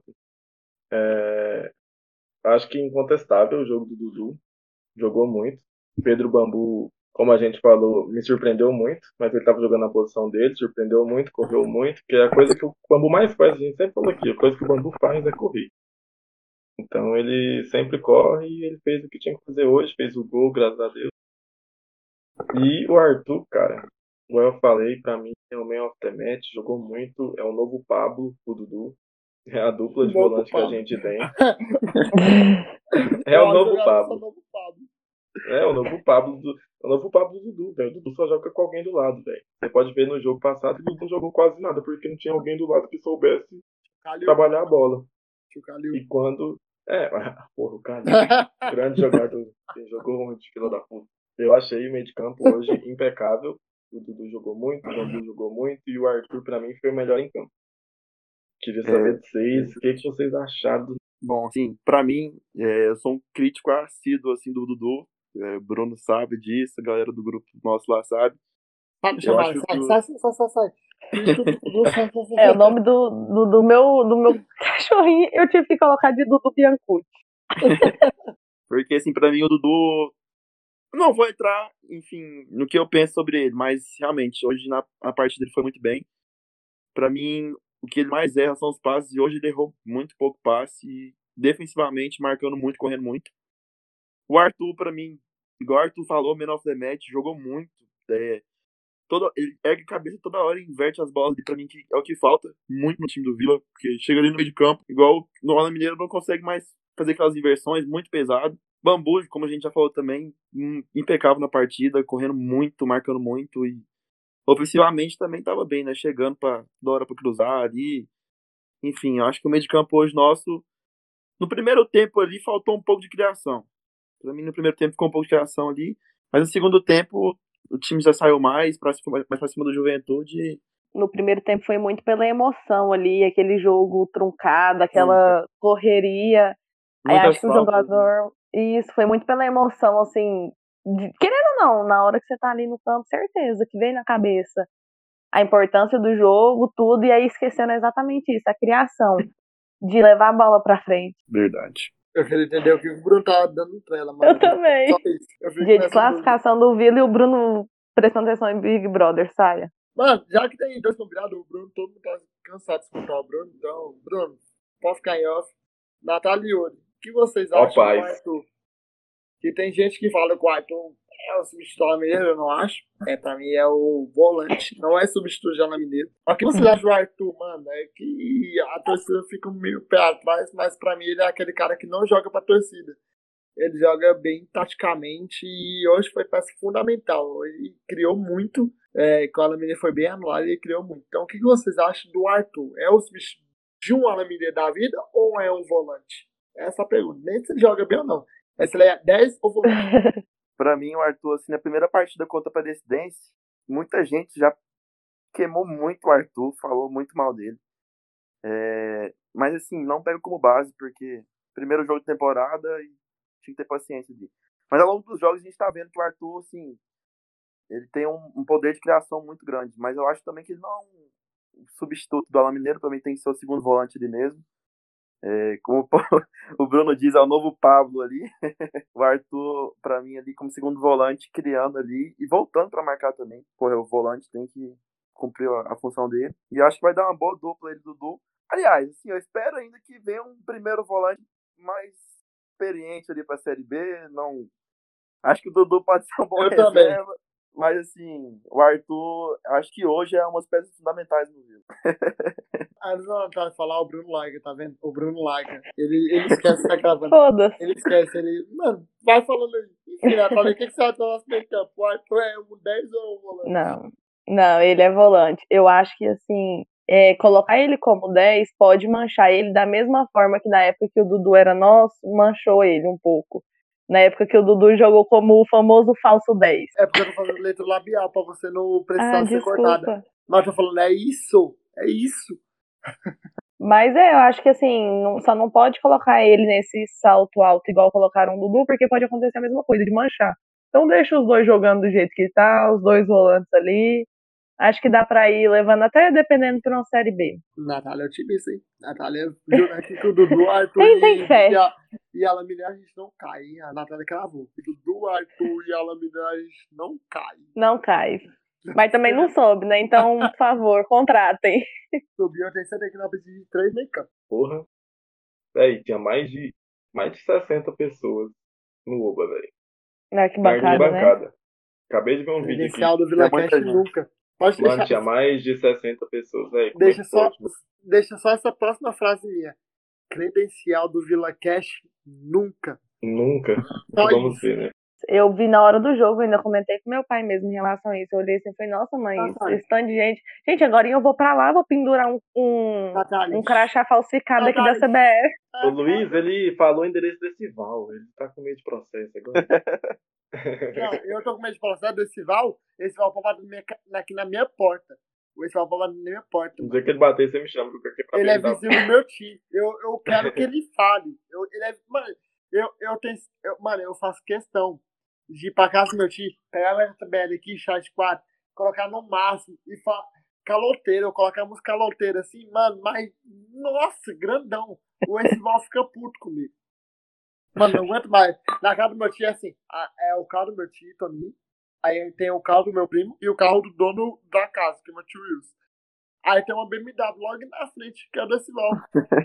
acho que incontestável o jogo do Dudu. Jogou muito. Pedro Bambu, como a gente falou, me surpreendeu muito, mas ele estava jogando na posição dele, surpreendeu muito, correu muito, que é a coisa que o Bambu mais faz, a gente sempre falou aqui, a coisa que o Bambu faz é correr. Então ele sempre corre e ele fez o que tinha que fazer hoje, fez o gol, graças a Deus. E o Arthur, cara, como eu falei, pra mim é o man of the match, jogou muito, é o novo Pablo, o Dudu. É a dupla de volante que a gente tem. É o novo Pablo. É o novo Pablo do Dudu, velho. O Dudu só joga com alguém do lado, velho. Você pode ver no jogo passado que o Dudu não jogou quase nada, porque não tinha alguém do lado que soubesse trabalhar a bola. E quando... porra, o Calil. Grande jogador. Quem jogou onde, filho da puta. Eu achei o meio de campo hoje impecável. O Dudu jogou muito, o Bambu jogou muito, e o Arthur, pra mim, foi o melhor em campo. Queria saber de vocês, o que vocês acharam do... Bom, assim, pra mim, eu sou um crítico assíduo, assim, do Dudu. Bruno sabe disso, a galera do grupo nosso lá sabe. Sai. O nome do meu cachorrinho eu tive que colocar de Dudu Biancucci. Porque, assim, pra mim o Dudu... Não vou entrar, enfim, no que eu penso sobre ele, mas realmente, hoje a parte dele foi muito bem. Pra mim, o que ele mais erra são os passes, e hoje ele errou muito pouco passe, e defensivamente, marcando muito, correndo muito. O Arthur, pra mim, igual o Arthur falou, man of the match, jogou muito. Ele ergue a cabeça toda hora e inverte as bolas, e pra mim é o que falta muito no time do Vila, porque chega ali no meio de campo, igual no Alan Mineiro não consegue mais fazer aquelas inversões, muito pesado. Bambu, como a gente já falou também, impecável na partida, correndo muito, marcando muito, e ofensivamente também estava bem, né? Chegando da hora para cruzar ali. Enfim, eu acho que o meio de campo hoje nosso, no primeiro tempo ali, faltou um pouco de criação. Para mim, no primeiro tempo ficou um pouco de criação ali, Mas no segundo tempo, o time já saiu mais pra cima do Juventude. No primeiro tempo foi muito pela emoção ali, aquele jogo truncado, aquela correria. Aí Muitas acho que o faltas. jogador. Isso, foi muito pela emoção, assim. Querendo ou não, na hora que você tá ali no campo, certeza que vem na cabeça a importância do jogo, tudo, e aí esquecendo exatamente isso, a criação de levar a bola pra frente. Verdade. Eu queria entender o que o Bruno tava dando pra ela, Eu mano. também. Só isso. Eu fico Dia de nessa dúvida. classificação do Vila e o Bruno prestando atenção em Big Brother, saia. Mano, já que tem 2 convidados, o Bruno, todo mundo tá cansado de escutar o Bruno, então, Bruno, pode ficar em off. Natália e Yuri, o que vocês Ó, acham do paz. Arthur? Que tem gente que fala que o Arthur é o substituto Mineiro, eu não acho. Pra mim é o volante, não é substituto de Mineiro. O que vocês acham do Arthur, mano? É que a torcida fica meio pé atrás, mas pra mim ele é aquele cara que não joga pra torcida. Ele joga bem taticamente e hoje foi peça fundamental. Ele criou muito. Quando o Alan Mineiro foi bem anulado, ele criou muito. Então, o que vocês acham do Arthur? É o substituto de um Alan Mineiro da vida ou é um volante? Essa é a pergunta. Nem se ele joga bem ou não. É se ele é 10 ou volante. Pra mim, o Arthur, assim, na primeira partida contra a Aparecidense, muita gente já queimou muito o Arthur, falou muito mal dele. Mas, assim, não pego como base, porque primeiro jogo de temporada e tinha que ter paciência de. Mas ao longo dos jogos a gente tá vendo que o Arthur, assim, ele tem um poder de criação muito grande. Mas eu acho também que ele não é um substituto do Alan Mineiro, também tem que ser o segundo volante ali mesmo. Como o Bruno diz, é o novo Pablo ali. O Arthur, pra mim, ali como segundo volante, criando ali e voltando pra marcar também. O volante tem que cumprir a função dele. E acho que vai dar uma boa dupla ele, Dudu. Aliás, assim, eu espero ainda que venha um primeiro volante mais experiente ali pra Série B. Não... Acho que o Dudu pode ser um bom reserva. Também. Mas, assim, o Arthur, acho que hoje é umas peças fundamentais no Vila. Não tá falar o Bruno Laga, tá vendo? O Bruno Laga. Ele esquece que tá gravando. Foda-se. Ele esquece, Mano, vai falando aí. Enfim, Natália, o que você acha do nosso meio campo? O Arthur é um 10 ou um volante? Não, ele é volante. Eu acho que, assim, colocar ele como 10 pode manchar ele da mesma forma que na época que o Dudu era nosso, manchou ele um pouco. Na época que o Dudu jogou como o famoso falso 10. É porque eu tô fazendo letra labial pra você não precisar ser desculpa. cortada. Mas eu tô falando, é isso. Mas eu acho que assim, só não pode colocar ele nesse salto alto igual colocaram o Dudu, porque pode acontecer a mesma coisa, de manchar. Então deixa os dois jogando do jeito que tá, os dois volantes ali. Acho que dá pra ir levando até dependendo pra uma Série B. Natália é otimista, hein? Natália jurando aqui que o Dudu, Arthur tem fé. e Alan Mineiro a gente não cai, hein? A Natália cravou. Dudu, Arthur e Alan Mineiro a gente não cai. Não cai. Mas também não soube, né? Então, por favor, contratem. Subiu, eu tenho certeza que não precisa de 3 meio campo. Porra. Tinha mais de 60 pessoas no Oba, velho. Na arquibancada, né? Acabei de ver um vídeo aqui. Credencial do VilaCast nunca. Pode deixar. Mano, tinha mais de 60 pessoas, velho. Deixa só essa próxima frase minha. Credencial do VilaCast nunca. Nunca. Só Vamos isso. ver, né? Eu vi na hora do jogo, ainda comentei com meu pai mesmo em relação a isso. Eu olhei assim e falei, nossa, mãe, esse tanto de gente. Gente, agora eu vou pra lá, vou pendurar um crachá falsificado aqui da CBF. O Luiz, ele falou o endereço desse Val. Ele tá com medo de processo agora. Não, eu tô com medo de processo desse Val. Esse Val pode bater aqui na minha porta. Esse Val pode bater na minha porta. No dia que ele bater, você me chama. Ele é vizinho do meu tio. Eu quero que ele fale. Mano, eu faço questão de ir pra casa do meu tio, pegar a tabela aqui, chat 4, colocar no máximo e caloteiro, eu colocar a música caloteira assim, mano, mas, nossa, grandão. O Val fica puto comigo. Mano, não aguento mais. Na casa do meu tio é assim, é o carro do meu tio, Toninho, aí tem o carro do meu primo e o carro do dono da casa, que é o meu tio Wilson. Aí tem uma BMW logo na frente, que é do Val.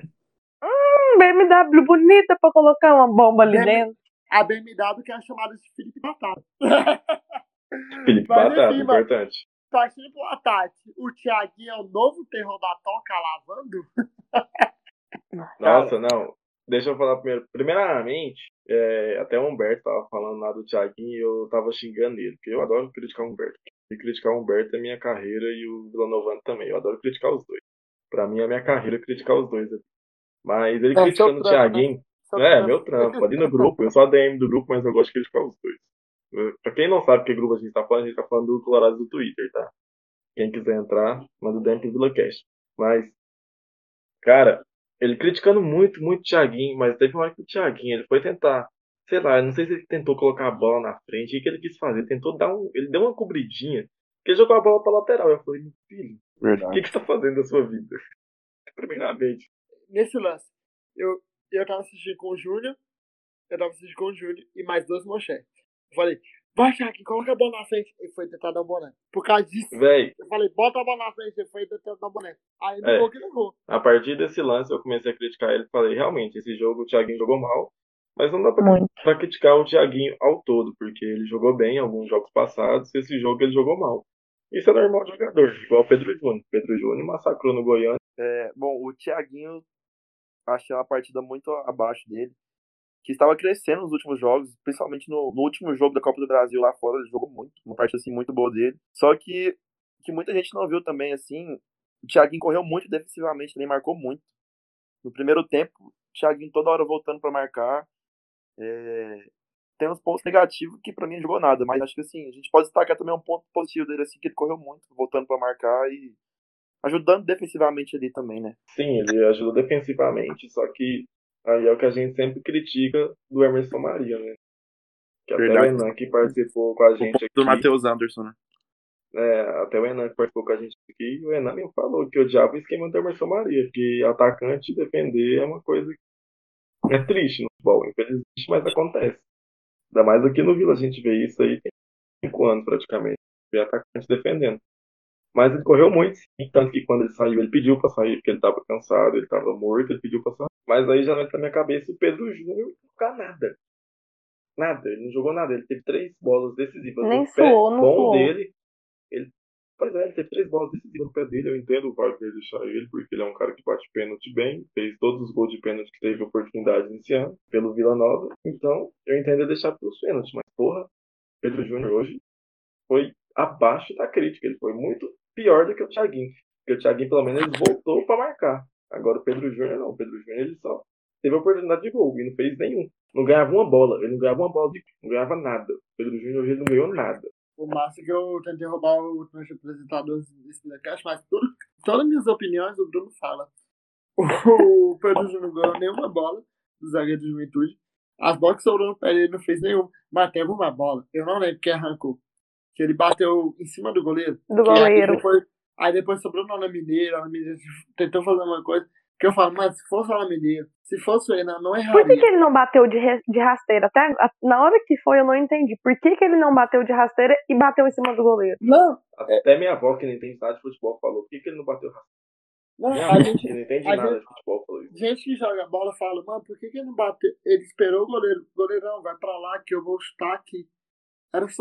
BMW bonita pra colocar uma bomba ali dentro. A BMW que é chamada de Felipe Batata. Felipe Batata, importante. Partindo pro ataque, o Thiaguinho é o novo terror da Toca lavando? Nossa, não. Deixa eu falar primeiro. Primeiramente, até o Humberto tava falando lá do Thiaguinho e eu tava xingando ele, porque eu adoro criticar o Humberto. E criticar o Humberto é minha carreira e o Villanovano também. Eu adoro criticar os dois. Pra mim é minha carreira criticar os dois. Mas ele criticando o Thiaguinho. Meu trampo. Ali no grupo, eu sou ADM do grupo, mas eu gosto de criticar os dois. Pra quem não sabe que grupo a gente tá falando do Colorado do Twitter, tá? Quem quiser entrar, manda o DM pro VilaCast. Mas, cara, ele criticando muito, muito o Thiaguinho, mas teve uma hora que o Thiaguinho, ele foi tentar, sei lá, eu não sei se ele tentou colocar a bola na frente, o que ele quis fazer? Ele tentou ele deu uma cobridinha, que ele jogou a bola pra lateral. Eu falei, meu filho, o Verdade. que você tá fazendo da sua vida? Primeiramente. Nesse lance, eu tava assistindo com o Júnior, e mais 2 mochetes. Eu falei, vai, Thiaguinho, coloca a bola na frente. Ele foi tentar dar um boné. Por causa disso, Véi, eu falei, bota a bola na frente. Ele foi tentar dar um boné. Aí no gol que ele errou. a partir desse lance eu comecei a criticar ele. Falei, realmente, esse jogo o Thiaguinho jogou mal, mas não dá Muito. pra criticar o Thiaguinho ao todo, porque ele jogou bem em alguns jogos passados, e esse jogo ele jogou mal. Isso é normal de jogador, igual o Pedro Júnior. Pedro Júnior massacrou no Goiânia. Bom, o Thiaguinho achei uma partida muito abaixo dele, que estava crescendo nos últimos jogos, principalmente no último jogo da Copa do Brasil lá fora, ele jogou muito, uma partida assim muito boa dele. Só que muita gente não viu também, assim, o Thiaguinho correu muito defensivamente, também marcou muito. No primeiro tempo, o Thiaguinho toda hora voltando para marcar. Tem uns pontos negativos que pra mim não jogou nada, mas acho que assim, a gente pode destacar também um ponto positivo dele, assim, que ele correu muito, voltando para marcar e ajudando defensivamente ali também, né? Sim, ele ajudou defensivamente, só que aí é o que a gente sempre critica do Emerson Maria, né? Que até o Verdade. Enan que participou com a O gente ponto do aqui, Matheus Anderson, né? até o Enan que participou com a gente aqui, o Enan mesmo falou que odiava o esquema do Emerson Maria, que atacante defender é uma coisa que é triste no futebol, infelizmente, mas acontece. Ainda mais aqui no Vila a gente vê isso aí tem 5 anos praticamente, vê atacante defendendo. Mas ele correu muito, sim, tanto que quando ele saiu, ele pediu pra sair, porque ele tava cansado, ele tava morto, ele pediu pra sair. Mas aí já entra na minha cabeça o Pedro Júnior não jogar nada. Nada, ele não jogou nada. Ele teve 3 bolas decisivas Nem no pé suou, não bom suou. dele. Pois é, ele teve 3 bolas decisivas no pé dele. Eu entendo o Wagner deixar ele, porque ele é um cara que bate pênalti bem, fez todos os gols de pênalti que teve oportunidade nesse ano, pelo Vila Nova. Então, eu entendo ele deixar pelos pênaltis. Mas, porra, Pedro Júnior hoje foi abaixo da crítica. Ele foi muito pior do que o Thiaguinho. Porque o Thiaguinho, pelo menos, ele voltou para marcar. Agora o Pedro Júnior não. O Pedro Júnior ele só teve a oportunidade de gol e não fez nenhum. Não ganhava uma bola. Ele não ganhava uma bola não ganhava nada. O Pedro Júnior hoje ele não ganhou nada. O massa é que eu tentei roubar o último apresentador desse podcast, mas todas as minhas opiniões o Bruno fala. O Pedro Júnior não ganhou nenhuma bola do zagueiro de Juventude. As bolas que sobrou no pé dele não fez nenhuma. Mas teve uma bola. Eu não lembro quem arrancou. Que ele bateu em cima do goleiro. Do goleiro. Aí depois sobrou no Ana Mineira. A Ana Mineira tentou fazer uma coisa. Que eu falo, mano, se fosse o Ana Mineira, se fosse o Enan, não erraria. Por que ele não bateu de rasteira? Até na hora que foi, eu não entendi. Por que ele não bateu de rasteira e bateu em cima do goleiro? Não. Até minha avó, que não entende nada de futebol, falou: por que ele não bateu rasteira? Não, Minha a avó, gente, que não entende a nada gente- de futebol, falou isso. gente que joga bola fala, mano, por que ele não bateu? Ele esperou o goleiro. Goleirão, vai pra lá que eu vou chutar aqui. Era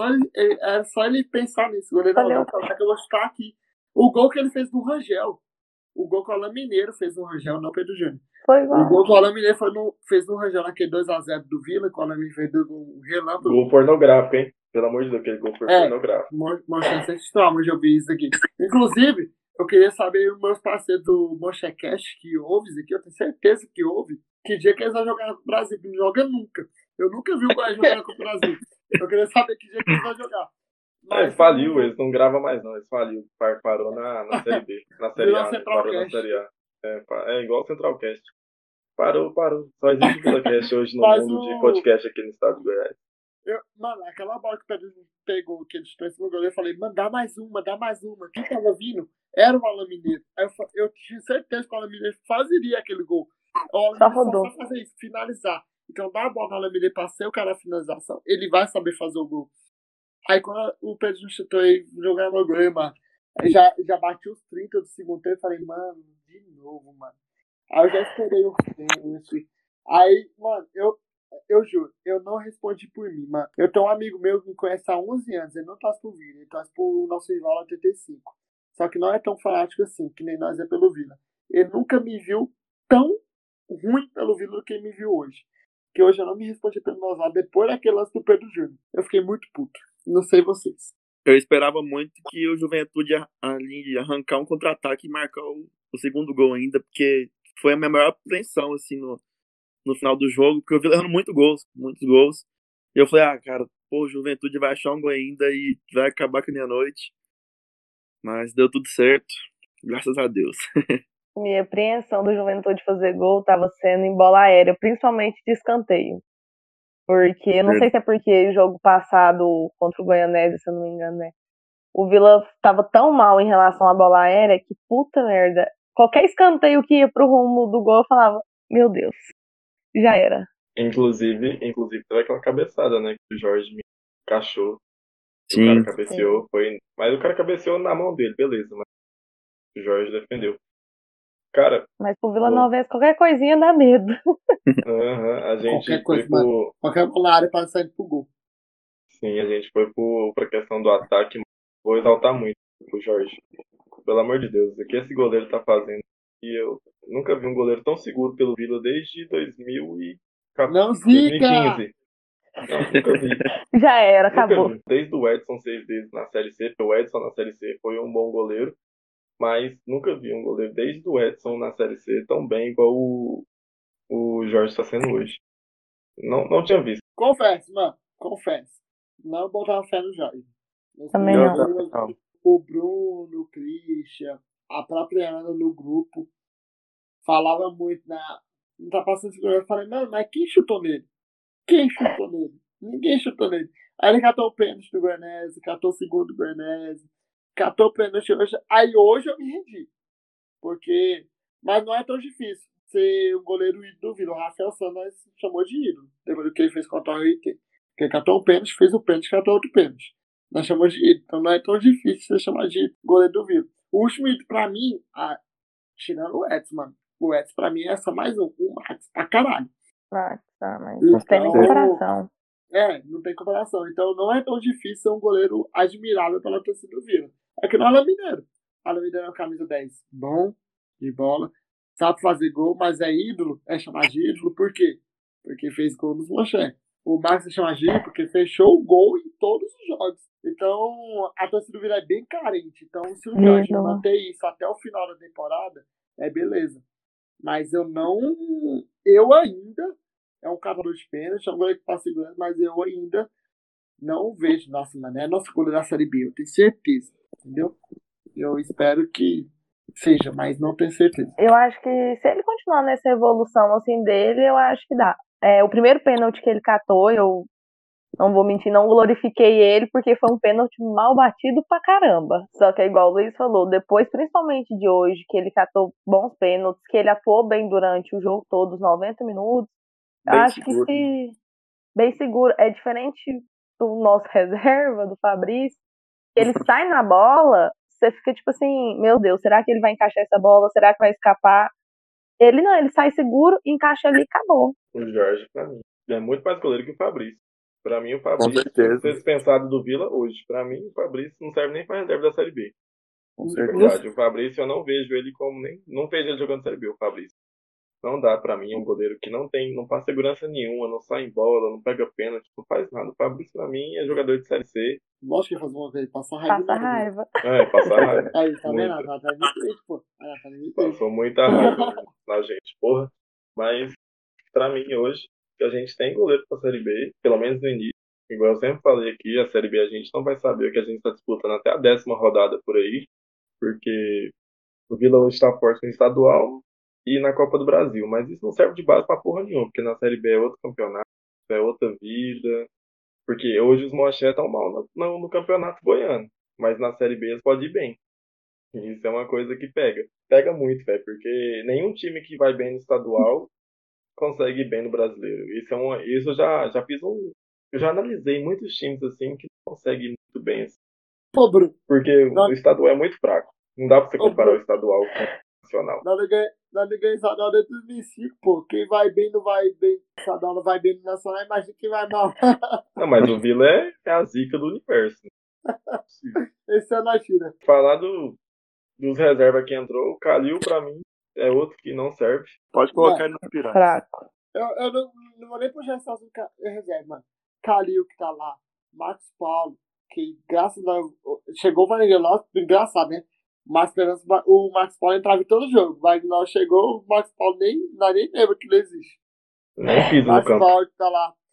só ele pensar nisso. Goleirão, Valeu. vai pra lá que eu vou chutar aqui. O gol que ele fez no Rangel. O gol que o Alain Mineiro fez no Rangel, não Pedro Júnior. Foi O igual. gol que o Alain Mineiro fez no Rangel, naquele 2x0 do Vila, que o Alain Mineiro fez do relâmpago. Gol pornográfico, hein? Pelo amor de Deus, aquele gol foi pornográfico. Mostrando sem trauma, eu vi isso aqui. Inclusive, eu queria saber os meus parceiros do Mochecast que ouve isso aqui, eu tenho certeza que ouve, que dia que eles vão jogar no Brasil, que não joga nunca. Eu nunca vi o Goiás jogar com o Brasil. Eu queria saber que dia que eles vão jogar. Eles faliu, eles não gravam mais não, eles faliu. Parou na Série B, na Série Virou A, né? Centralcast. Parou na Série A. É igual o Centralcast. Parou. Só existe o VilaCast hoje no Mas mundo de podcast aqui no estado de Goiás. Mano, aquela bola que o Pedro pegou, que ele chutou em cima do goleiro, eu falei, mano, dá mais uma. Quem tava vindo era o Alain Mineiro. Aí eu tinha certeza que o Alain Mineiro fazeria aquele gol. O Alain Só Mineiro rodou. só fazer isso, finalizar. Então dá a bola no Alain Mineiro pra ser o cara da finalização. Ele vai saber fazer o gol. Aí quando o Pedro chutou e jogava no gol, mano, aí já bati os 30 do segundo tempo e falei, mano, de novo, mano. Aí eu já esperei o pênalti. Aí, mano, eu juro, eu não respondi por mim, mano. Eu tenho um amigo meu que me conhece há 11 anos, ele não torce pro Vila, ele torce pro nosso rival 85. Só que não é tão fanático assim, que nem nós é pelo Vila. Ele nunca me viu tão ruim pelo Vila do que ele me viu hoje. Que hoje eu não me respondi pelo meu lado depois daquele lance do Pedro Júnior. Eu fiquei muito puto. Não sei vocês. Eu esperava muito que o Juventude ali arrancar um contra-ataque e marcar o segundo gol ainda, porque foi a minha maior apreensão, assim, no final do jogo, porque eu vi errando muitos gols. E eu falei, cara, pô, o Juventude vai achar um gol ainda e vai acabar com a minha noite. Mas deu tudo certo, graças a Deus. Minha apreensão do Juventude fazer gol estava sendo em bola aérea, principalmente de escanteio. Porque, não sei se é porque o jogo passado contra o Goianésia, se eu não me engano, né? O Vila estava tão mal em relação à bola aérea que, puta merda, qualquer escanteio que ia pro rumo do gol, eu falava, meu Deus, já era. Inclusive teve aquela cabeçada, né? Que o Jorge me encaixou. Sim. O cara cabeceou, foi. Mas o cara cabeceou na mão dele, beleza, mas o Jorge defendeu. Cara. Mas pro Vila Nova, qualquer coisinha dá medo. A gente qualquer coisa, mano. Qualquer bola na área para sair pro gol. Sim, a gente foi pra questão do ataque. Vou exaltar muito o Jorge. Pelo amor de Deus, o que esse goleiro tá fazendo? E eu nunca vi um goleiro tão seguro pelo Vila desde 2015. Não, Zica! Não, nunca vi. Já era, acabou. Desde o Edson 6 vezes na Série C, porque o Edson na Série C foi um bom goleiro, mas nunca vi um goleiro desde o Edson na Série C tão bem igual o Jorge está sendo hoje. Não tinha visto. Confesso, mano. Não botava fé no Jorge. Também não. O Bruno, o Christian, a própria Ana no grupo falava muito não tá passando segurança. Eu falei, mano, mas quem chutou nele? Ninguém chutou nele. Aí ele catou o pênalti do Goianese, catou o segundo do Goianese, catou o pênalti hoje. Aí hoje eu me rendi. Mas não é tão difícil ser um goleiro ídolo do Vila. O Rafael Santos chamou de ídolo, depois do que ele fez contra o RT. Porque ele catou um pênalti, fez o pênalti, catou outro pênalti. Nós chamamos de ídolo. Então não é tão difícil você chamar de goleiro do Vila. O último ídolo pra mim, tirando o Edson, mano. O Edson pra mim é só mais um. O Max pra caralho. Mas não tem nem comparação. Não tem comparação. Então não é tão difícil ser um goleiro admirável pela torcida do Vila. É que não é Alain Mineiro. Alain Mineiro é um camisa 10 bom, de bola, sabe fazer gol, mas é ídolo, é chamar de ídolo, por quê? Porque fez gol nos manchetes. O Max é chamar de ídolo porque fechou o gol em todos os jogos. Então a torcida do Vila é bem carente. Então se o Jorge manter isso até o final da temporada, é beleza. Mas eu ainda, é um cavador de pênalti, é um goleiro que passa segurando, mas eu ainda não vejo, nossa, mano, é nosso goleiro da Série B, eu tenho certeza, entendeu? Eu espero que seja, mas não tenho certeza. Eu acho que se ele continuar nessa evolução assim dele, eu acho que dá. O primeiro pênalti que ele catou, eu não vou mentir, não glorifiquei ele, porque foi um pênalti mal batido pra caramba. Só que é igual o Luiz falou, depois, principalmente de hoje, que ele catou bons pênaltis, que ele atuou bem durante o jogo todo, os 90 minutos, Bem acho seguro. que bem seguro. É diferente do nosso reserva, do Fabrício, ele sai na bola, você fica tipo assim, meu Deus, será que ele vai encaixar essa bola? Será que vai escapar? Ele não, ele sai seguro, encaixa ali e acabou. O Jorge, pra mim, é muito mais goleiro que o Fabrício. Pra mim, o Fabrício Com certeza. tem que ser dispensado do Vila hoje. Pra mim, o Fabrício não serve nem pra reserva da Série B. Com De certeza. verdade, o Fabrício eu não vejo ele como não vejo ele jogando Série B, o Fabrício. Não dá pra mim, é um goleiro que não passa segurança nenhuma, não sai em bola, não pega pênalti, não faz nada. O Fabrício, pra mim, é jogador de Série C. Lógico que ele faz uma vez, passar raiva. Passa raiva. Passa raiva. Aí, tá vendo? Muito. Ela tá de peito, pô. Ela tá de peito. Passou muita raiva na gente, porra. Mas, pra mim, hoje, a gente tem goleiro pra Série B, pelo menos no início. Igual eu sempre falei aqui, a Série B a gente não vai saber o que a gente tá disputando até a 10ª rodada por aí, porque o Vila hoje tá forte no estadual e na Copa do Brasil, mas isso não serve de base pra porra nenhuma, porque na Série B é outro campeonato, é outra vida, porque hoje os Moché estão mal no campeonato goiano, mas na Série B eles podem ir bem. E isso é uma coisa que pega muito, velho, porque nenhum time que vai bem no estadual consegue ir bem no brasileiro. Isso eu já fiz eu já analisei muitos times assim que não conseguem ir muito bem assim, Pô, Bruno. porque o estadual é muito fraco. Não dá pra você comparar o estadual com o nacional. Nada ganha estadual desde 2005, pô. Quem vai bem não vai bem no estadual, não vai bem no nacional, imagina quem vai mal. Não, mas o Vila é a zica do universo. Esse é na China. Falar dos reservas que entrou, o Calil pra mim é outro que não serve. Pode colocar ele no pirata. Fraco. Eu não vou nem puxar essa reserva, mano. Calil que tá lá, Marcos Paulo, que graças a chegou o Wagner Lopes, engraçado, né? Mas o Marcos Paulo entrava em todo jogo. O Wagner Lopes chegou, o Marcos Paulo nem lembra que ele existe. Nem pisa no Marcos campo. Paulo que tá lá.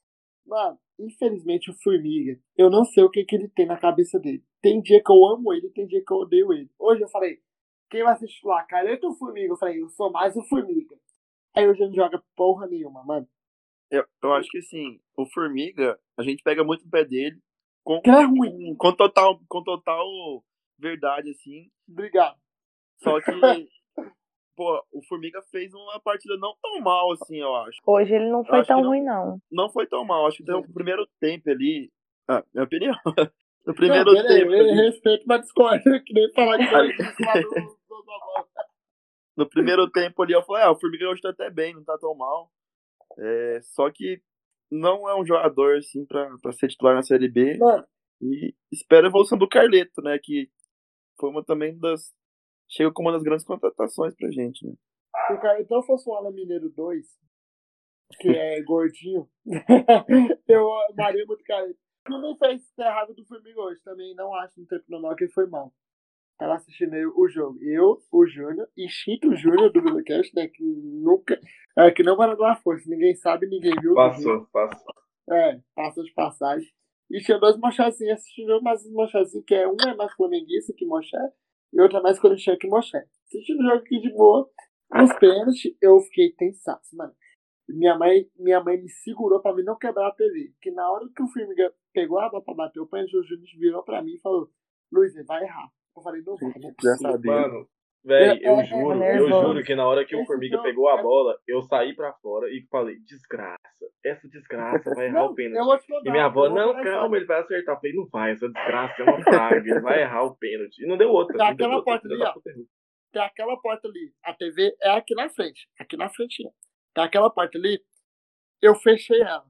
Mano, infelizmente o Formiga, eu não sei o que ele tem na cabeça dele. Tem dia que eu amo ele, tem dia que eu odeio ele. Hoje eu falei, quem vai ser titular? Careta ou Formiga? Eu falei, eu sou mais o Formiga. Aí hoje ele não joga porra nenhuma, mano. Eu acho que assim, o Formiga, a gente pega muito no pé dele com, Que é ruim. com total verdade, assim. Obrigado. Só que, pô, o Formiga fez uma partida não tão mal, assim, eu acho. Hoje ele não foi acho tão que não- ruim, não. Não foi tão mal. Acho que no primeiro tempo ali. Minha opinião. No Não, primeiro beleza, tempo ali. respeito, mas discorda, que nem falar que não existe lá do bola. No primeiro tempo ali, eu falei, o Formiga hoje tá até bem, não tá tão mal. Só que não é um jogador, assim, pra ser titular na Série B. Mano, E espero a evolução do Carleto, né? Que foi uma também das. Chega como uma das grandes contratações pra gente, né? se o Carletão fosse um Alan Mineiro 2, que é gordinho, eu amaria muito o Carleto. Não me fez ter raiva do Formiga hoje, também não acho no tempo normal que ele foi mal. Tava assistindo o jogo. Eu, o Júnior, e Chito Júnior do VilaCast, né? Que nunca. Que não vai dar força. Ninguém sabe, ninguém viu. Passou. Passou de passagem. E tinha dois mochazinhos assistindo, mas os mochazinhos, que um é mais flamenguista que moché, e outro é mais corintiano que moché. Assistindo o jogo aqui de boa. Nos pênaltis, eu fiquei tensaço, mano. Minha mãe me segurou pra mim não quebrar a TV. Porque na hora que o Formiga pegou a bola pra bater o pênalti, o Júnior virou pra mim e falou: Luiz, ele vai errar. Eu falei, não vai, não é Já possível. sabia. Mano, velho, eu nervoso. juro que na hora que o Esse Formiga jogo- pegou a bola, eu saí pra fora e falei, desgraça, essa desgraça vai errar Não, o eu pênalti. vou te mandar. E minha avó, eu vou não, mandar calma, isso ele vai acertar. Eu falei, não vai, essa desgraça é uma praga, ele vai errar o pênalti. E não deu outra. Tá Não deu aquela outra, porta filha ali, da ó. puta errou. Tem aquela porta ali. A TV é aqui na frente. Aqui na frentinha. Tem aquela porta ali. Eu fechei ela.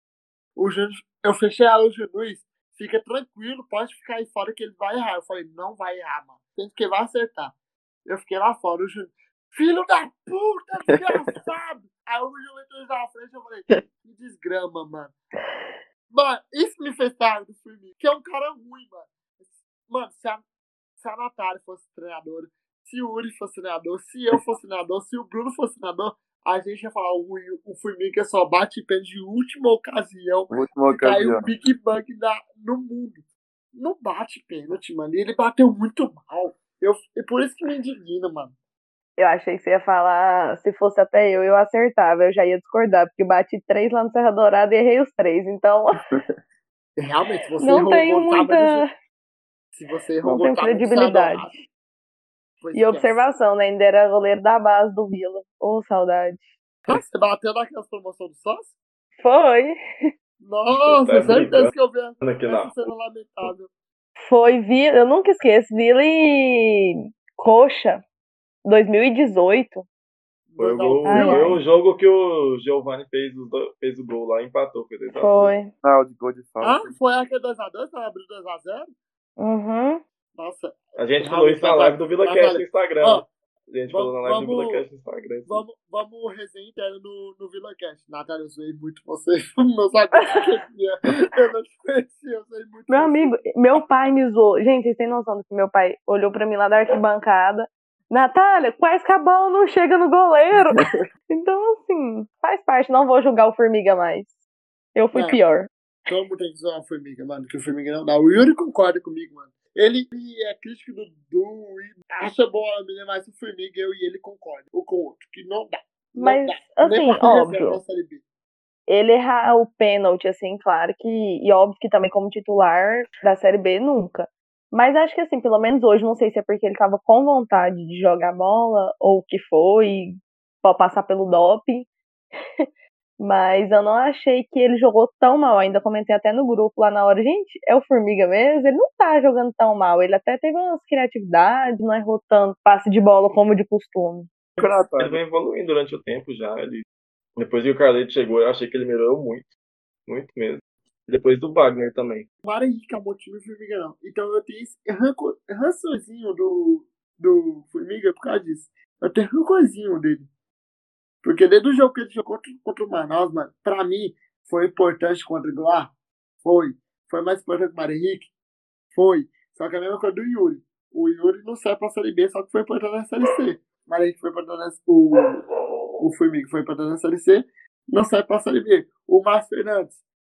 Eu fechei ela, o Júnior Luiz. Fica tranquilo, pode ficar aí fora que ele vai errar. Eu falei, não vai errar, mano. Tem que vai acertar. Eu fiquei lá fora, o Júnior. Filho da puta, desgraçado! Aí o Júnior entrou na frente, eu falei, que desgrama, mano. Mano, isso me fez tarde do Firmino, que é um cara ruim, mano. Mano, se a Natália fosse treinadora, se o Uri fosse treinador, se eu fosse treinador, se o Bruno fosse treinador, a gente ia falar o Formiga só bate pênalti de última ocasião Última que caiu ocasião. o Big Bang no mundo. Não bate pênalti, mano. E ele bateu muito mal. E por isso que me indigna, mano. Eu achei que você ia falar, se fosse até eu acertava. Eu já ia discordar, porque bati 3 lá no Serra Dourada e errei os 3. Então, Realmente, se você não errou tenho o gol, tava muita. se você errou Não o gol, tenho tava no credibilidade. Dourado, pois E esquece. observação, né? Ainda era goleiro da base do Vila. Ô, saudade. Ah, você bateu naquelas promoções do sócio? Foi. Nossa, Tá certeza que eu vi aqui essa na cena lamentável. Foi Vila. Eu nunca esqueço. Vila e Coxa, 2018. Foi o 2 a 1 gol, Ai, foi ai. o jogo que o Giovanni fez o gol lá e empatou. Foi 2 a 1. Foi. De gol de falta. Ah, foi aquele 2x2? Tava abrindo 2x0? Uhum. Nossa. A gente falou isso na live do VilaCast no Instagram. Ó, A gente falou na live do vamos- VilaCast no Instagram. vamos resenha interna no VilaCast. Natália, eu zoei muito você. Meus amigos conheciam. Eu não te conhecia, eu zoei muito Meu você. amigo, meu pai me zoou. Gente, vocês têm noção do que meu pai olhou pra mim lá da arquibancada. Natália, quase que a bola não chega no goleiro. Então, assim, faz parte. Não vou julgar o Formiga mais. Eu fui Não. pior. Todo mundo tem que zoar o Formiga, mano, que o Formiga não dá. O Yuri concorda comigo, mano. Ele é crítico do e acha boa a menina, mas o Formiga, eu e ele concordam. Um com o outro, que não dá. Não Mas, dá. assim, Nem pra óbvio. reserva da Série B. Ele errar o pênalti, assim, claro que. E óbvio que também como titular da Série B, nunca. Mas acho que, assim, pelo menos hoje, não sei se é porque ele tava com vontade de jogar bola ou o que foi, pra passar pelo doping. Mas eu não achei que ele jogou tão mal. Ainda comentei até no grupo lá na hora. Gente, é o Formiga mesmo? Ele não tá jogando tão mal. Ele até teve umas criatividades, não errou tanto passe de bola como de costume. Ele vem evoluindo durante o tempo já. Depois que o Carleto chegou, eu achei que ele melhorou muito. Muito mesmo. Depois do Wagner também. O Mara Henrique é um bom time do Formiga, não. Então eu tenho esse rançorzinho do Formiga por causa disso. Eu tenho rancorzinho dele. Porque desde o jogo que ele jogou contra o Manaus, mano, pra mim, foi importante contra o Goiás? Foi. Foi mais importante que o Mara Henrique? Foi. Só que a mesma coisa do Yuri. O Yuri não serve pra Série B, só que foi importante na Série C. O Mara Henrique foi importante o Formiga foi importante na Série C, não serve pra Série B. O Márcio Fernandes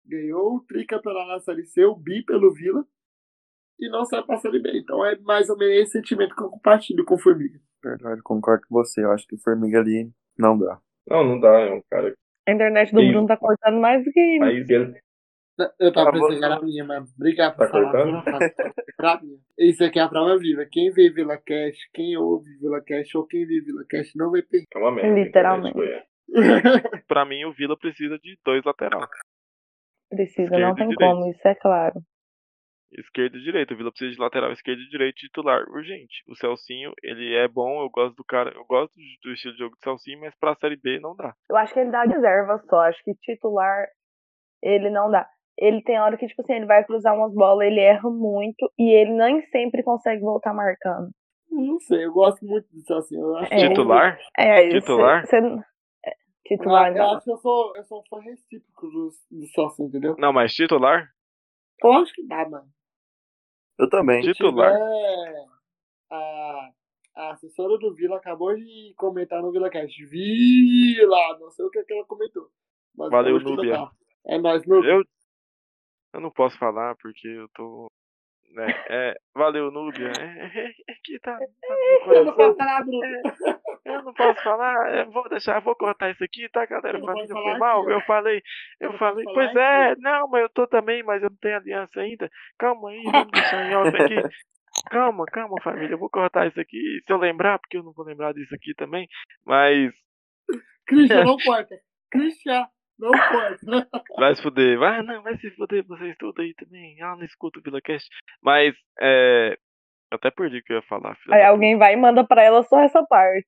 ganhou o tricampeonato na Série C, o bi pelo Vila, e não sai pra Série B. Então é mais ou menos esse sentimento que eu compartilho com o Formiga. Verdade, concordo com você. Eu acho que o Formiga ali não dá. Não dá, é um cara A internet do que Bruno tá cortando mais do que. mas ele Eu tava Ah, pensando que você- era a minha, mano. Obrigado por Tá falar. cortando? Eu não faço pra mim. Isso aqui é a prova viva. Quem vê Vila Cash, quem ouve Vila Cash ou quem vê Vila Cash não vai perder. é uma merda. a Literalmente. internet foi- Pra mim, o Vila precisa de 2 lateral. Precisa, não Esquerda e tem direita. como, isso é claro. Esquerda e direita. O Vila precisa de lateral esquerdo e direito titular. Urgente. O Celcinho, ele é bom, eu gosto do cara, eu gosto do estilo de jogo do Celcinho, mas pra Série B não dá. Eu acho que ele dá reserva só, acho que titular ele não dá. Ele tem hora que, tipo assim, ele vai cruzar umas bolas, ele erra muito e ele nem sempre consegue voltar marcando. Não sei, eu gosto muito disso assim. Eu acho É. Titular? É, Titular? Titular eu não. acho que eu sou um fã recíproco do Sócio, entendeu? Não, mas titular? Eu acho que dá, mano. Eu também. Se Titular? tiver a assessora do Vila acabou de comentar no Vila Cash. Vila! Não sei o que ela comentou. Mas Valeu, acabou de Núbia. comentar. É nóis, Núbia. Eu não posso falar porque eu tô. Né, valeu, Núbia. Que tá no Eu não coração. posso falar, Bruno. Eu não posso falar, vou cortar isso aqui, tá, galera? Eu não Família posso foi falar mal. aqui, ó. Eu falei, Eu não falei, posso pois falar aqui, não, mas eu tô também, mas eu não tenho aliança ainda. Calma aí, vamos deixar em off aqui. Calma, família, eu vou cortar isso aqui. Se eu lembrar, porque eu não vou lembrar disso aqui também, mas Christian, não corta. Christian, não corta. vai se fuder. Vai se fuder, vocês tudo aí também. Ah, não escuta o VilaCast. Mas, eu até perdi o que eu ia falar, filha Aí da alguém vai e manda pra ela só essa parte.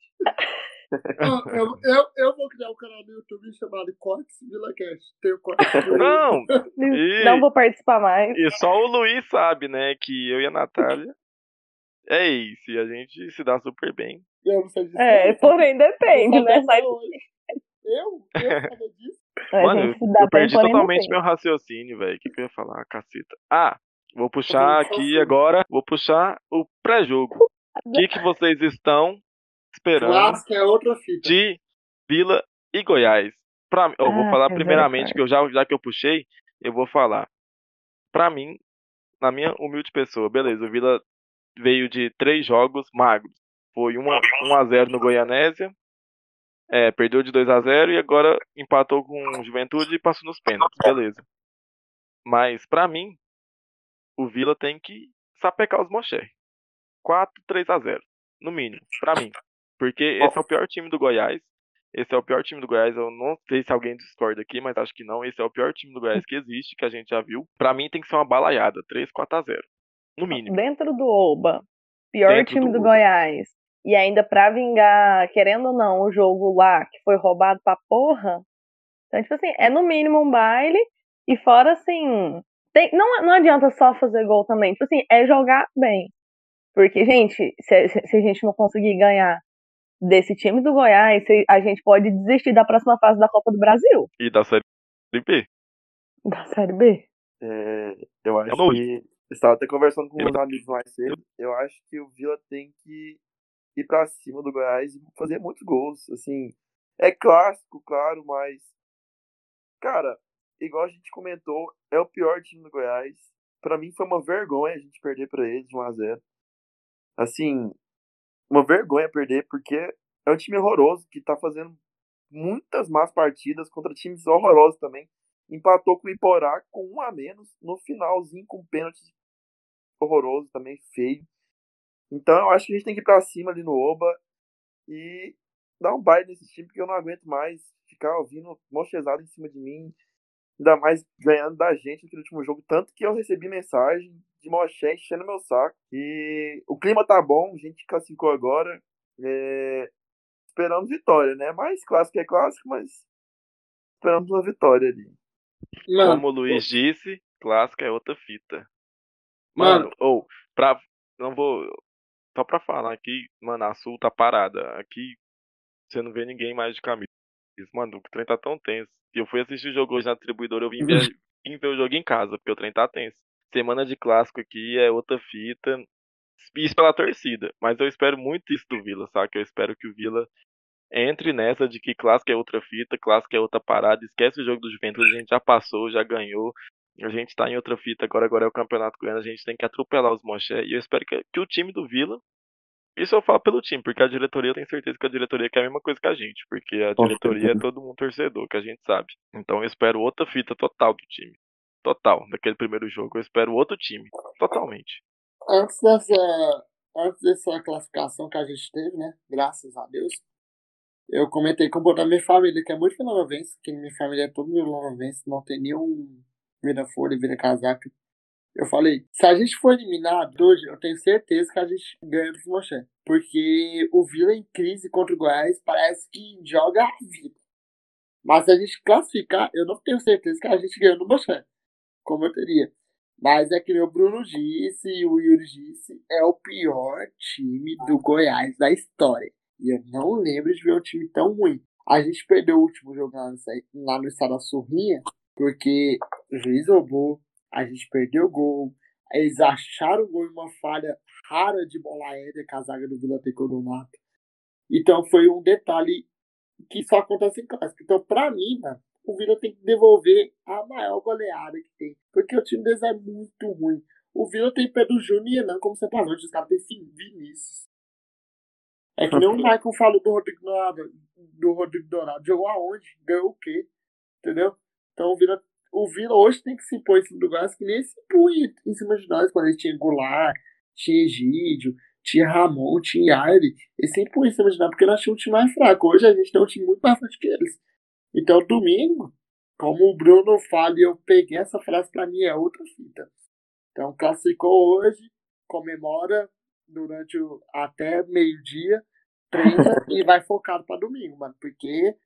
Eu vou criar um canal no YouTube chamado Cortes Vila Cash. Tem o Cortes puta. Não! Não vou participar mais. E só o Luiz sabe, né, que eu e a Natália é isso, e a gente se dá super bem. Eu não sei disso. Porém depende, né? Sai... Eu sabia disso? A Mano, gente se dá eu bem, perdi porém totalmente depende. meu raciocínio, velho. O que eu ia falar? Caceta. Vou puxar aqui agora, vou puxar o pré-jogo. O que vocês estão esperando Clássico é outra fita. de Vila e Goiás? Eu vou falar primeiramente, que já que eu puxei, eu vou falar. Pra mim, na minha humilde pessoa, beleza, o Vila veio de 3 jogos magros. Foi 1-0 no Goianésia, perdeu de 2-0 e agora empatou com o Juventude e passou nos pênaltis, beleza. Mas pra mim, o Vila tem que sapecar os Moché. 4-3-0, no mínimo, pra mim. Porque esse é o pior time do Goiás. Esse é o pior time do Goiás. Eu não sei se alguém discorda aqui, mas acho que não. Esse é o pior time do Goiás que existe, que a gente já viu. Pra mim tem que ser uma balaiada, 3-4-0, no mínimo. Dentro do Oba, pior Dentro time do do Oba. Goiás. E ainda pra vingar, querendo ou não, o jogo lá que foi roubado pra porra. Então, tipo assim, é no mínimo um baile. E fora assim, não adianta só fazer gol também. Tipo assim, é jogar bem. Porque, gente, se a gente não conseguir ganhar desse time do Goiás, a gente pode desistir da próxima fase da Copa do Brasil. E da Série B. Da Série B. Eu acho nojo. que. Eu estava até conversando com meus amigos mais cedo. Eu acho que o Vila tem que ir pra cima do Goiás e fazer muitos gols. Assim, é clássico, claro, mas. Cara, igual a gente comentou, é o pior time do Goiás. Pra mim foi uma vergonha a gente perder pra eles de 1-0. Assim, uma vergonha perder, porque é um time horroroso que tá fazendo muitas más partidas contra times horrorosos também. Empatou com o Iporá com 1 a menos no finalzinho com um pênalti horroroso também, feio. Então eu acho que a gente tem que ir pra cima ali no Oba e dar um baile nesse time, porque eu não aguento mais ficar ouvindo mochezada em cima de mim, ainda mais ganhando da gente naquele último jogo, tanto que eu recebi mensagem de Moché enchendo meu saco. E o clima tá bom, a gente classificou agora, esperamos vitória, né? Mas clássico é clássico, mas esperamos uma vitória ali. Como o Luiz disse, clássico é outra fita. Mano, Não vou. Só pra falar aqui, mano, a Sul tá parada. Aqui você não vê ninguém mais de camisa. Mano, o trem tá tão tenso. E eu fui assistir o jogo hoje na distribuidora, eu vim ver o jogo em casa, porque o trem tá tenso. Semana de clássico aqui é outra fita. Isso pela torcida. Mas eu espero muito isso do Vila, sabe? Eu espero que o Vila entre nessa de que clássico é outra fita, clássico é outra parada, esquece o jogo do Juventude, a gente já passou, já ganhou, a gente tá em outra fita, agora é o Campeonato Goiano, a gente tem que atropelar os Moché, e eu espero que o time do Vila, isso eu falo pelo time, porque a diretoria, eu tenho certeza que a diretoria quer a mesma coisa que a gente, porque a Com diretoria é certeza. todo mundo torcedor, que a gente sabe. Então eu espero outra fita total do time. Total, daquele primeiro jogo, eu espero outro time, totalmente. Antes dessa classificação que a gente teve, né? Graças a Deus. Eu comentei com o da minha família, que é muito vilanovense, que minha família é todo vilanovense, não tem nenhum vira-folha, vira-casaca. Eu falei, se a gente for eliminado hoje, eu tenho certeza que a gente ganha do Moché. Porque o Vila em crise contra o Goiás parece que joga a vida. Mas se a gente classificar, eu não tenho certeza que a gente ganha do Moché, como eu teria. Mas é que nem o Bruno disse e o Yuri disse, é o pior time do Goiás da história. E eu não lembro de ver um time tão ruim. A gente perdeu o último jogo lá no estado da Surrinha, porque o juiz roubou, a gente perdeu o gol, eles acharam o gol em uma falha rara de bola aérea que a zaga do Vila Tecou do Nato. Então foi um detalhe que só acontece em clássico. Então, pra mim, mano, o Vila tem que devolver a maior goleada que tem. Porque o time deles é muito ruim. O Vila tem Pedro Júnior, não, como você falou, os caras têm Vinícius. É que nem o Michael falou do Rodrigo Dourado. Jogou aonde? Ganhou o quê? Entendeu? Então o Vila hoje tem que se impor em cima do Goiás, que nem se impunha em cima de nós, quando ele tinha Goulart, tinha Egídio, tinha Ramon, tinha Aire. Eles sempre impõem em cima de nós, porque nós tínhamos um time mais fraco. Hoje a gente tem um time muito mais forte que eles. Então, domingo, como o Bruno fala, e eu peguei essa frase, pra mim é outra fita. Então, classificou hoje, comemora durante até meio-dia, treina e vai focado pra domingo, mano. Porque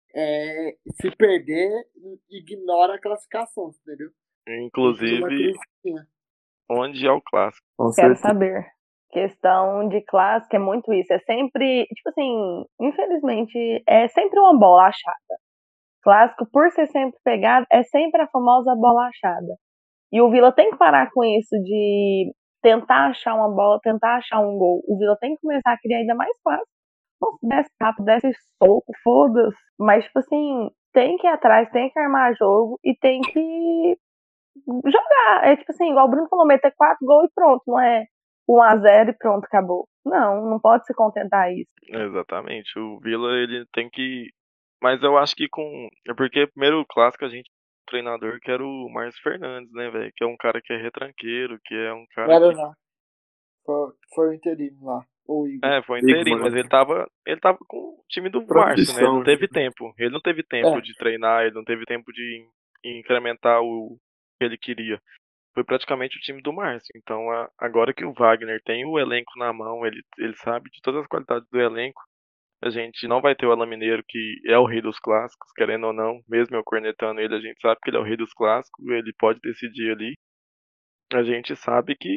se perder, ignora a classificação, entendeu? Inclusive, onde é o clássico? Quero saber. Questão de clássico é muito isso. É sempre, tipo assim, infelizmente, é sempre uma bola achada. Clássico, por ser sempre pegado, é sempre a famosa bola achada. E o Vila tem que parar com isso de tentar achar uma bola, tentar achar um gol. O Vila tem que começar a criar ainda mais clássico. Nossa, desce rápido, desce soco, foda-se. Mas, tipo assim, tem que ir atrás, tem que armar jogo e tem que jogar. É tipo assim, igual o Bruno falou, meter 4 gols e pronto. Não é 1-0 e pronto, acabou. Não pode se contentar isso. Exatamente. O Vila, ele tem que... Mas eu acho que com... É porque primeiro o clássico a gente... O treinador que era o Márcio Fernandes, né, velho? Que é um cara que é retranqueiro, que é um cara que... Não. Foi o interino lá. O Igor. Foi interino, mas ele tava com o time do Márcio, né? Ele não teve tempo. Ele não teve tempo de treinar, ele não teve tempo de incrementar o que ele queria. Foi praticamente o time do Márcio. Então, agora que o Wagner tem o elenco na mão, ele sabe de todas as qualidades do elenco. A gente não vai ter o Alan Mineiro, que é o rei dos clássicos, querendo ou não. Mesmo eu cornetando ele, a gente sabe que ele é o rei dos clássicos, ele pode decidir ali. A gente sabe que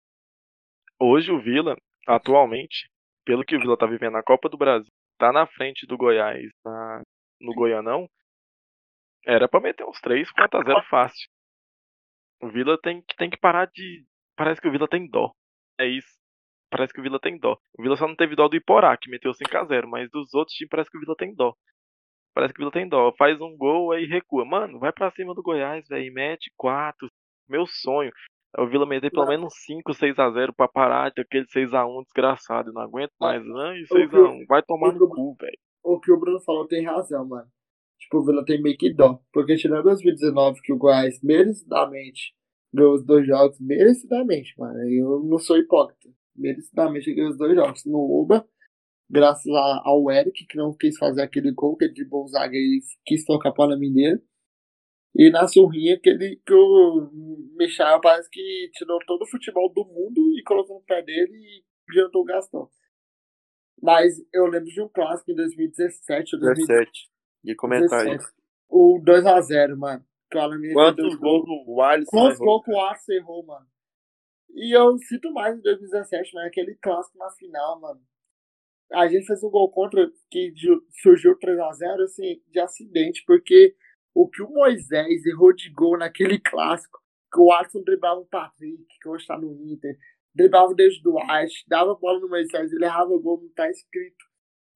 hoje o Vila, atualmente, pelo que o Vila tá vivendo na Copa do Brasil, tá na frente do Goiás no Goianão, era pra meter uns 3-4-0 fácil. O Vila tem que parar de... Parece que o Vila tem dó. É isso. Parece que o Vila tem dó. O Vila só não teve dó do Iporá, que meteu 5-0, mas dos outros times parece que o Vila tem dó. Parece que o Vila tem dó. Faz um gol, aí recua. Mano, vai pra cima do Goiás, velho. Mete 4. Meu sonho é o Vila meter pelo menos 5-6-0 pra parar daquele 6-1 desgraçado. Eu não aguento mais. Não, e 6-1. Vai tomar no cu, velho. O que o Bruno falou tem razão, mano. Tipo, o Vila tem meio que dó. Porque tirando 2019 que o Goiás merecidamente ganhou os 2 jogos, merecidamente, mano. Eu não sou hipócrita. Merecidamente ganhou os 2 jogos. No Uba, graças ao Eric, que não quis fazer aquele gol, que ele driblou o zagueiro e quis tocar para a Mineira. E na surrinha, que o Michel parece que tirou todo o futebol do mundo e colocou no pé dele e adiantou o Gastão. Mas eu lembro de um clássico em 2017 ou 2017. De comentar aí. O 2-0, mano. Que o Alan Mineiro Quantos gols o Alisson errou? Quantos gols que o Alisson errou, mano? E eu sinto mais em 2017, mas aquele clássico na final, mano. A gente fez um gol contra que surgiu 3-0, assim, de acidente, porque o que o Moisés errou de gol naquele clássico, que o Alisson driblava o Patrick, que hoje tá no Inter, driblava o Deus Duarte, dava a bola no Moisés, ele errava o gol, não tá escrito.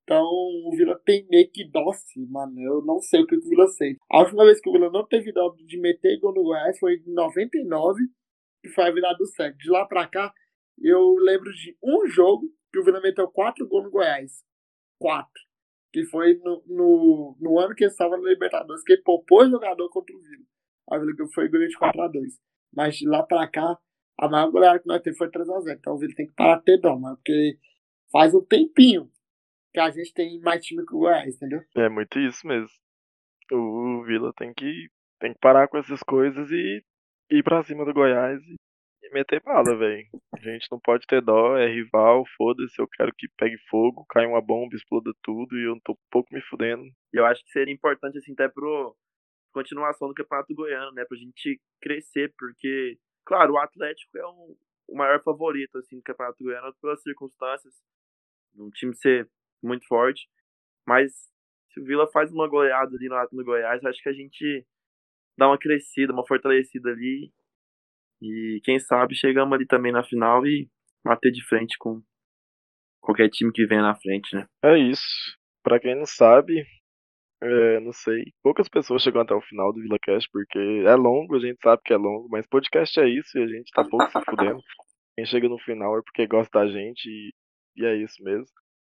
Então o Vila tem meio que dó sim, mano. Eu não sei o que o Vila sente. A última vez que o Vila não teve dó de meter gol no Goiás foi em 99, que foi a virada do século. De lá pra cá, eu lembro de um jogo que o Vila meteu 4 gols no Goiás. 4. Que foi no ano que ele estava no Libertadores, que ele poupou jogador contra o Vila. A Vila foi ganhou de 4-2. Mas de lá pra cá, a maior goleada que nós teve foi 3-0. Então o Vila tem que parar de ter dó, mano. Porque faz um tempinho que a gente tem mais time que o Goiás, entendeu? É muito isso mesmo. O Vila tem que parar com essas coisas e ir pra cima do Goiás e meter bala, velho. A gente não pode ter dó, é rival, foda-se, eu quero que pegue fogo, caia uma bomba, exploda tudo e eu tô um pouco me fudendo. E eu acho que seria importante, assim, até pro continuação do Campeonato Goiano, né? Pra gente crescer, porque, claro, o Atlético é o maior favorito, assim, do Campeonato Goiano pelas circunstâncias, um time ser muito forte, mas se o Vila faz uma goleada ali no Goiás, acho que a gente dá uma crescida, uma fortalecida ali, e quem sabe chegamos ali também na final e bater de frente com qualquer time que venha na frente, né? É isso. Pra quem não sabe, não sei, poucas pessoas chegam até o final do VilaCast, porque é longo, a gente sabe que é longo, mas podcast é isso e a gente tá pouco se fudendo. Quem chega no final é porque gosta da gente e é isso mesmo.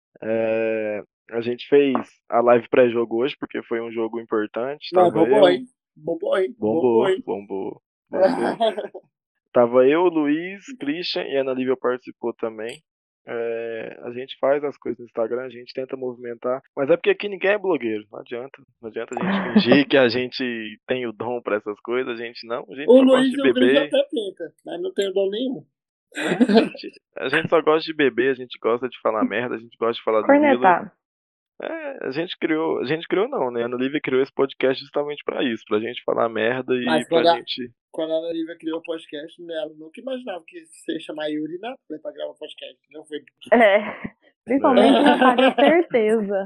A gente fez a live pré-jogo hoje, porque foi um jogo importante. Não, Tava bombou, eu. hein? Bombou, hein? Bombou. Tava eu, Luiz, Christian e a Ana Lívia participou também. A gente faz as coisas no Instagram, a gente tenta movimentar, mas é porque aqui ninguém é blogueiro, não adianta a gente fingir que a gente tem o dom pra essas coisas, a gente O só gosta Luiz de e o Gris beber, até pinta, mas não tem dom nenhum. né? A gente só gosta de beber, a gente gosta de falar merda, a gente gosta de falar do Vila. Cornetar. A gente criou não, né? A Ana Lívia criou esse podcast justamente pra isso, pra gente falar merda e Mas pra quando gente. Quando a Ana Lívia criou o podcast, ela nunca imaginava que você ia chamar Yuri e Natan pra gravar o podcast. Não foi. Principalmente Natália, certeza.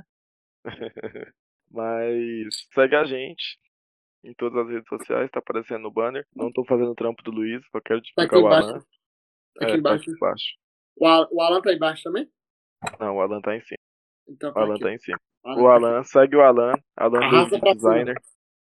Mas segue a gente em todas as redes sociais, tá aparecendo no banner. Não tô fazendo o trampo do Luiz, só quero Tá aqui divulgar o embaixo. Alan. Tá aqui Tá embaixo. aqui embaixo. O Alan tá embaixo também? Não, o Alan tá em cima. Então O tá Alan aqui. tá em cima. Alan O tá Alan, segue o Alan Arrasta David pra Designer.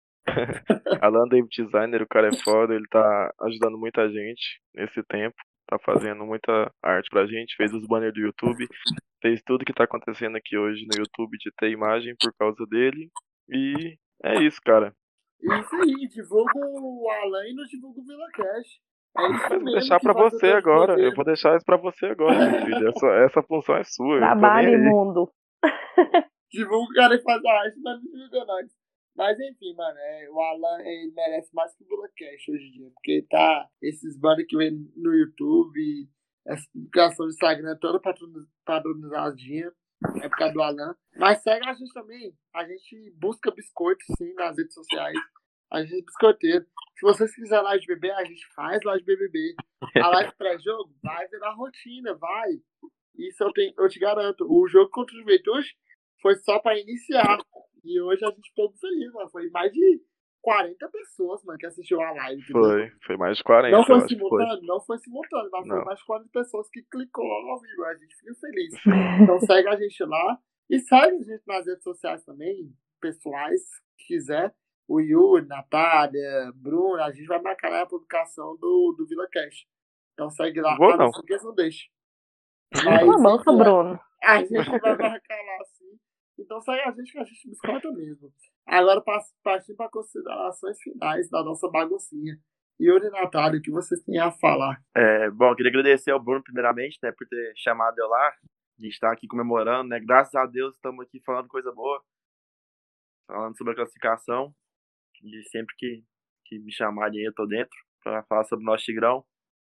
Alan David Designer, o cara é foda, ele tá ajudando muita gente nesse tempo. Tá fazendo muita arte pra gente, fez os banners do YouTube, fez tudo que tá acontecendo aqui hoje no YouTube de ter imagem por causa dele. E é isso, cara. Isso aí, divulga o Alan e não divulga o VilaCast. É isso Mas vou mesmo deixar que pra faz o você Deus agora. Eu poder. vou deixar isso pra você agora, meu filho. Essa função é sua. Eu não tô nem Trabalho aí. imundo. Divulga o cara e faz a arte, mas não divulga nós. Mas enfim, mano, o Alan ele merece mais que o VilaCast hoje em dia. Porque tá esses banners que vem no YouTube, essa publicação do Instagram toda padronizadinha. É por causa do Alan. Mas segue a gente também. A gente busca biscoitos, sim, nas redes sociais. A gente é biscoiteiro. Se vocês quiserem live de bebê, a gente faz live de BBB. A live pré-jogo vai virar rotina, vai. Isso eu te garanto. O jogo contra o Juventude foi só pra iniciar. E hoje a gente ficou feliz, mano. Foi mais de 40 pessoas, mano, que assistiu a live. Entendeu? Foi mais de 40, Não foi eu acho que foi. simultâneo? Não foi simultâneo, mas Não. foi mais de 40 pessoas que clicou lá ao vivo. A gente fica feliz. Então segue a gente lá. E segue a gente nas redes sociais também, pessoais, se quiser. O Yuri, Natália, Bruno, a gente vai marcar lá a publicação do VilaCast. Então segue lá. Vou não. Não sei que eles não deixam. Cala a boca, Bruno. A gente vai marcar lá sim. Então segue a gente que a gente biscoita mesmo. Agora partindo para considerações finais da nossa baguncinha. Yuri e Natália, o que vocês têm a falar? Bom, queria agradecer ao Bruno primeiramente, né, por ter chamado eu lá. A gente tá aqui comemorando, né? Graças a Deus estamos aqui falando coisa boa. Falando sobre a classificação. E sempre que me chamarem eu tô dentro pra falar sobre o nosso Tigrão.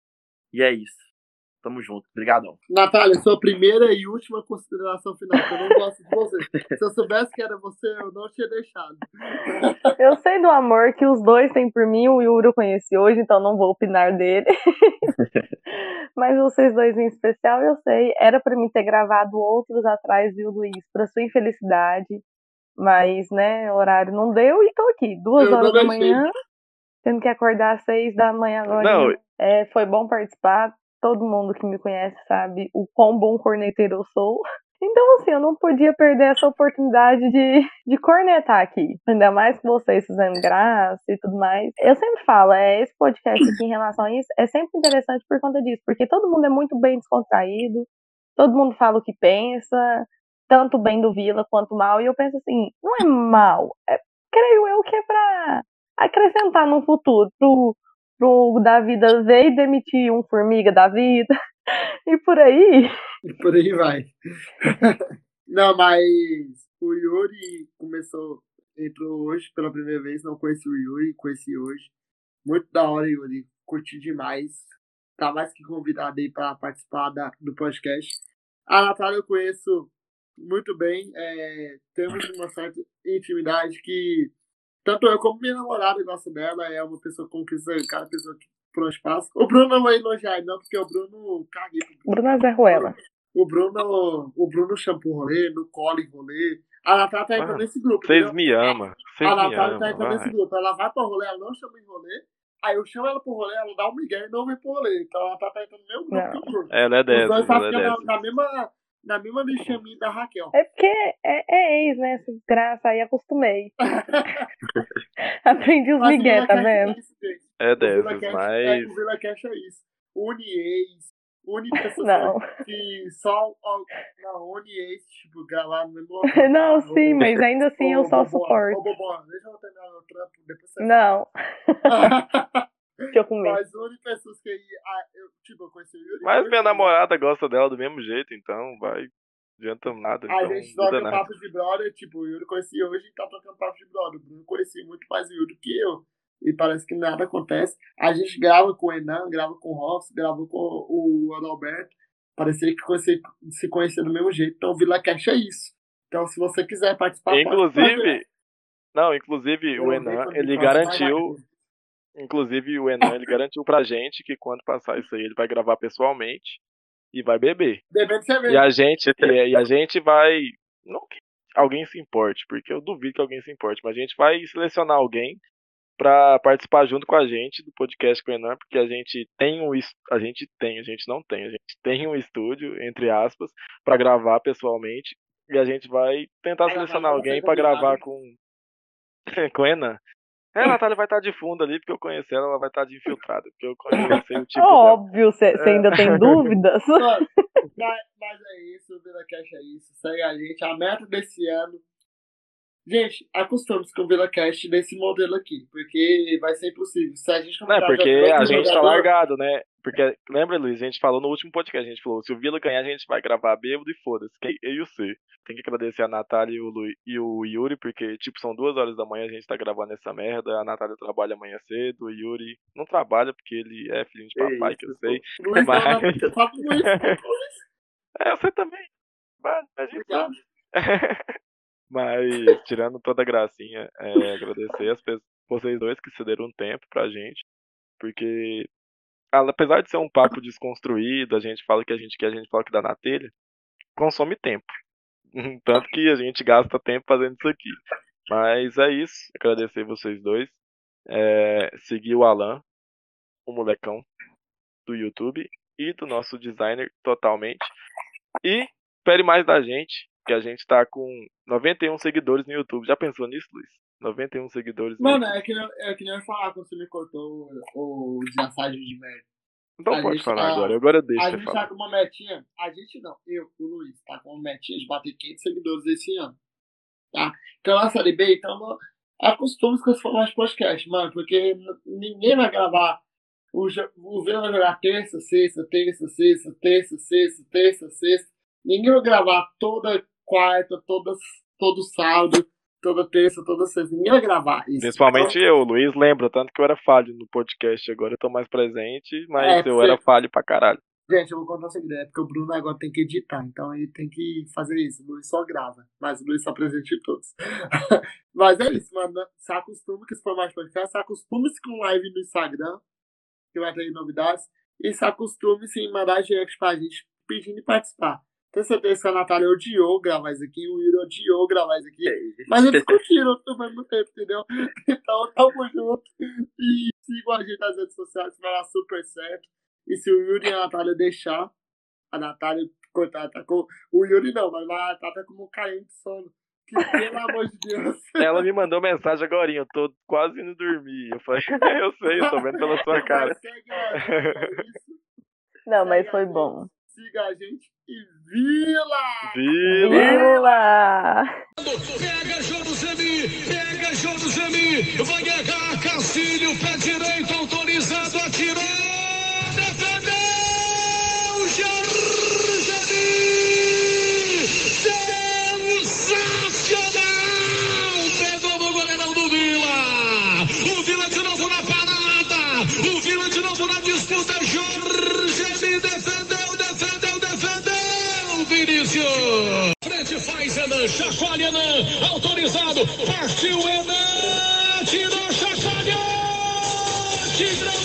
E é isso. Tamo junto. Obrigadão. Natália, sua primeira e última consideração final, que eu não gosto de você. Se eu soubesse que era você, eu não tinha deixado. Eu sei do amor que os dois têm por mim, o Yuri eu conheci hoje, então não vou opinar dele. Mas vocês dois em especial, eu sei. Era pra mim ter gravado outros atrás, viu, Luiz? Pra sua infelicidade. Mas, né, o horário não deu e tô aqui, 2 horas da manhã, tendo que acordar às 6 da manhã agora. Não. Foi bom participar. Todo mundo que me conhece sabe o quão bom corneteiro eu sou. Então, assim, eu não podia perder essa oportunidade de cornetar aqui. Ainda mais com vocês fazendo graça e tudo mais. Eu sempre falo, esse podcast aqui em relação a isso é sempre interessante por conta disso. Porque todo mundo é muito bem descontraído. Todo mundo fala o que pensa. Tanto bem do Vila quanto mal. E eu penso assim, não é mal. Creio eu que é pra acrescentar no futuro. Pro da vida ver e demitir um formiga da vida. E por aí. E por aí vai. Não, mas o Yuri entrou hoje pela primeira vez, não conheci o Yuri, conheci hoje. Muito da hora, Yuri. Curti demais. Tá mais que convidado aí para participar do podcast. A Natália eu conheço muito bem. Temos uma certa intimidade que tanto eu como minha namorada gosta dela. É uma pessoa com que cada pessoa que por onde passa. O Bruno não vai elogiar, não, porque o Bruno caguei pro Bruno. Bruno é Zé Ruela. O Bruno chama pro rolê, no cola em rolê. A Natália tá entrando nesse grupo. Vocês me amam. A Natália tá entrando nesse grupo. Ela vai pro rolê, ela não chama em rolê. Aí eu chamo ela pro rolê, ela dá um migué e não vem pro rolê. Então ela tá entrando no mesmo grupo que o Bruno. Ela é dessa. Os dois tá ficando na mesma lixinha da Raquel. É porque é ex, né? Essa desgraça aí, acostumei. Aprendi os migué, tá vendo? É dessas, mas... O Vila Cash é isso. Une ex, une pessoas Não. que só... Não, une ex, tipo, gravar no mesmo local. Não, sim, mas ainda assim eu só suporto. Ô, Bobó, deixa eu terminar meu trampo, depois você... Não. Deixa eu comer. Mas une pessoas que... eu conheci o Yuri. Mas minha namorada gosta dela do mesmo jeito, então vai... Adianta nada. A Então, gente troca papo de brother, tipo, o Yuri conheci hoje e tá trocando papo de brother. O Bruno conhecia muito mais o Yuri que eu. E parece que nada acontece. A gente grava com o Enan, grava com o Ross, grava com o Adalberto. Parecia que se conhecia do mesmo jeito. Então o Vila Cash é isso. Então se você quiser participar, inclusive o Enan, ele garantiu... Inclusive o Enan, ele garantiu pra gente que quando passar isso aí, ele vai gravar pessoalmente. E vai beber. Bebendo cerveja. E a gente vai... Não que alguém se importe, porque eu duvido que alguém se importe, mas a gente vai selecionar alguém pra participar junto com a gente do podcast com o Enan, porque a gente não tem, a gente tem um estúdio, entre aspas, pra gravar pessoalmente, e a gente vai tentar selecionar alguém pra gravar com o Enan. A Natália vai estar de fundo ali, porque eu conheci ela, ela vai estar de infiltrada, porque eu conheci o tipo óbvio, você ainda tem dúvidas? Mas é isso, o Vila Cash é isso. Segue a gente. A meta desse ano... Gente, acostume-se com o Vila Cash desse modelo aqui, porque vai ser impossível. Se a gente não, porque a gente tá largado, né? Porque, lembra, Luiz, a gente falou no último podcast, a gente falou, se o Vila ganhar, a gente vai gravar bêbado e foda-se. Eu e o C. Tem que agradecer a Natália e o Yuri, porque, tipo, são 2 horas da manhã, a gente tá gravando essa merda, a Natália trabalha amanhã cedo, o Yuri não trabalha, porque ele é filhinho de papai, que eu sei. Luiz, mas... eu falo com isso. Você também. A gente sabe. Mas, tirando toda a gracinha, agradecer vocês dois que cederam um tempo pra gente, porque apesar de ser um papo desconstruído, a gente fala que a gente quer, a gente fala que dá na telha, consome tempo. Tanto que a gente gasta tempo fazendo isso aqui. Mas é isso, agradecer vocês dois. Seguir o Alan, o molecão do YouTube e do nosso designer totalmente. E espere mais da gente, que a gente tá com 91 seguidores no YouTube. Já pensou nisso, Luiz? 91 seguidores no YouTube. Mano, é que nem eu falar quando você me cortou o desassagem de merda. Então pode falar agora. Agora deixa eu falar. A gente tá com uma metinha. A gente não. O Luiz, tá com uma metinha de bater 500 seguidores esse ano. Tá? Então na Série B, então acostume-se com esse formato de podcast, mano. Porque ninguém vai gravar. O Vila vai jogar terça, sexta. Ninguém vai gravar toda quarta, todo sábado, toda terça, toda sexta. Ninguém vai gravar isso. Principalmente eu, Luiz, lembra, tanto que eu era falho no podcast, agora eu tô mais presente, mas eu era falho pra caralho. Gente, eu vou contar um segredo, porque o Bruno agora tem que editar, então ele tem que fazer isso. O Luiz só grava, mas o Luiz só presente em todos. Mas é isso, mano. Se acostume com esse formato de podcast, se acostume-se com live no Instagram, que vai ter novidades, e se acostume-se em mandar direct pra gente pedindo participar. Tenho certeza que a Natália odiou gravar isso aqui, o Yuri odiou gravar isso aqui, mas eles curtiram ao mesmo tempo, entendeu? Então, tamo junto. E sigam a gente nas redes sociais, vai dar super certo. E se o Yuri e a Natália deixar, a Natália, coitada, tá com O Yuri não, mas a Tata como caindo de sono. Que, pelo amor de Deus. Ela me mandou mensagem agora, eu tô quase indo dormir. Eu falei, eu sei, eu tô vendo pela sua cara. Segue é isso. Não, mas Segue foi a gente, bom. Siga a gente e Vila! Vila! Pega Joruzemi, vai errar, Cacílio, pé direito, autorizado, atirou, defendeu, Joruzemi! Sensacional! Pegou no goleirão do Vila! O Vila de novo na parada! O Vila de novo na disputa, Joruzemi defendeu, Vinícius! Frente faz Enan, chacoalha Enan, autorizado, partiu Enan, tirou, chacoalhou! Tigrão,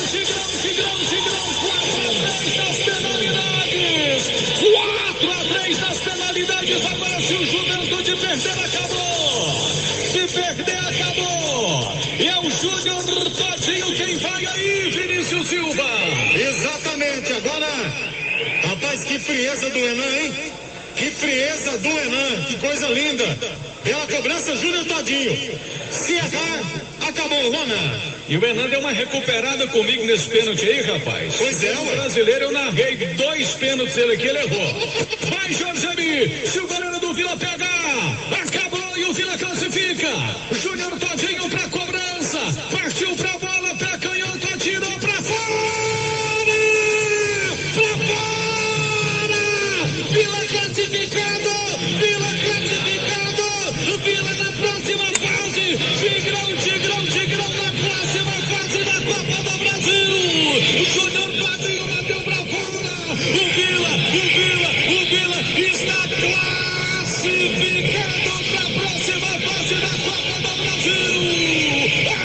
4-3 nas penalidades, agora se o Juventude perder, acabou! Se perder, acabou! E é o Júnior Todinho quem vai aí, Vinícius Silva! Exatamente, agora, rapaz, que frieza do Enan, hein? Que frieza do Enan, que coisa linda. Pela cobrança, Júnior Todinho. Se errar, acabou, Rona. E o Enan deu uma recuperada comigo nesse pênalti aí, rapaz. Pois é, O ué. brasileiro, eu narrei 2 pênaltis ele aqui, ele errou. Vai, Jorge, se o goleiro do Vila pegar, acabou e o Vila classifica. Júnior Todinho pra cobrança, partiu pra bola, pé canhoto, atirou pra fora! Pra fora! Vila classificado! Vila na próxima fase! Tigrão na próxima fase da Copa do Brasil! O Júnior Todinho bateu pra fora! O Vila está classificado!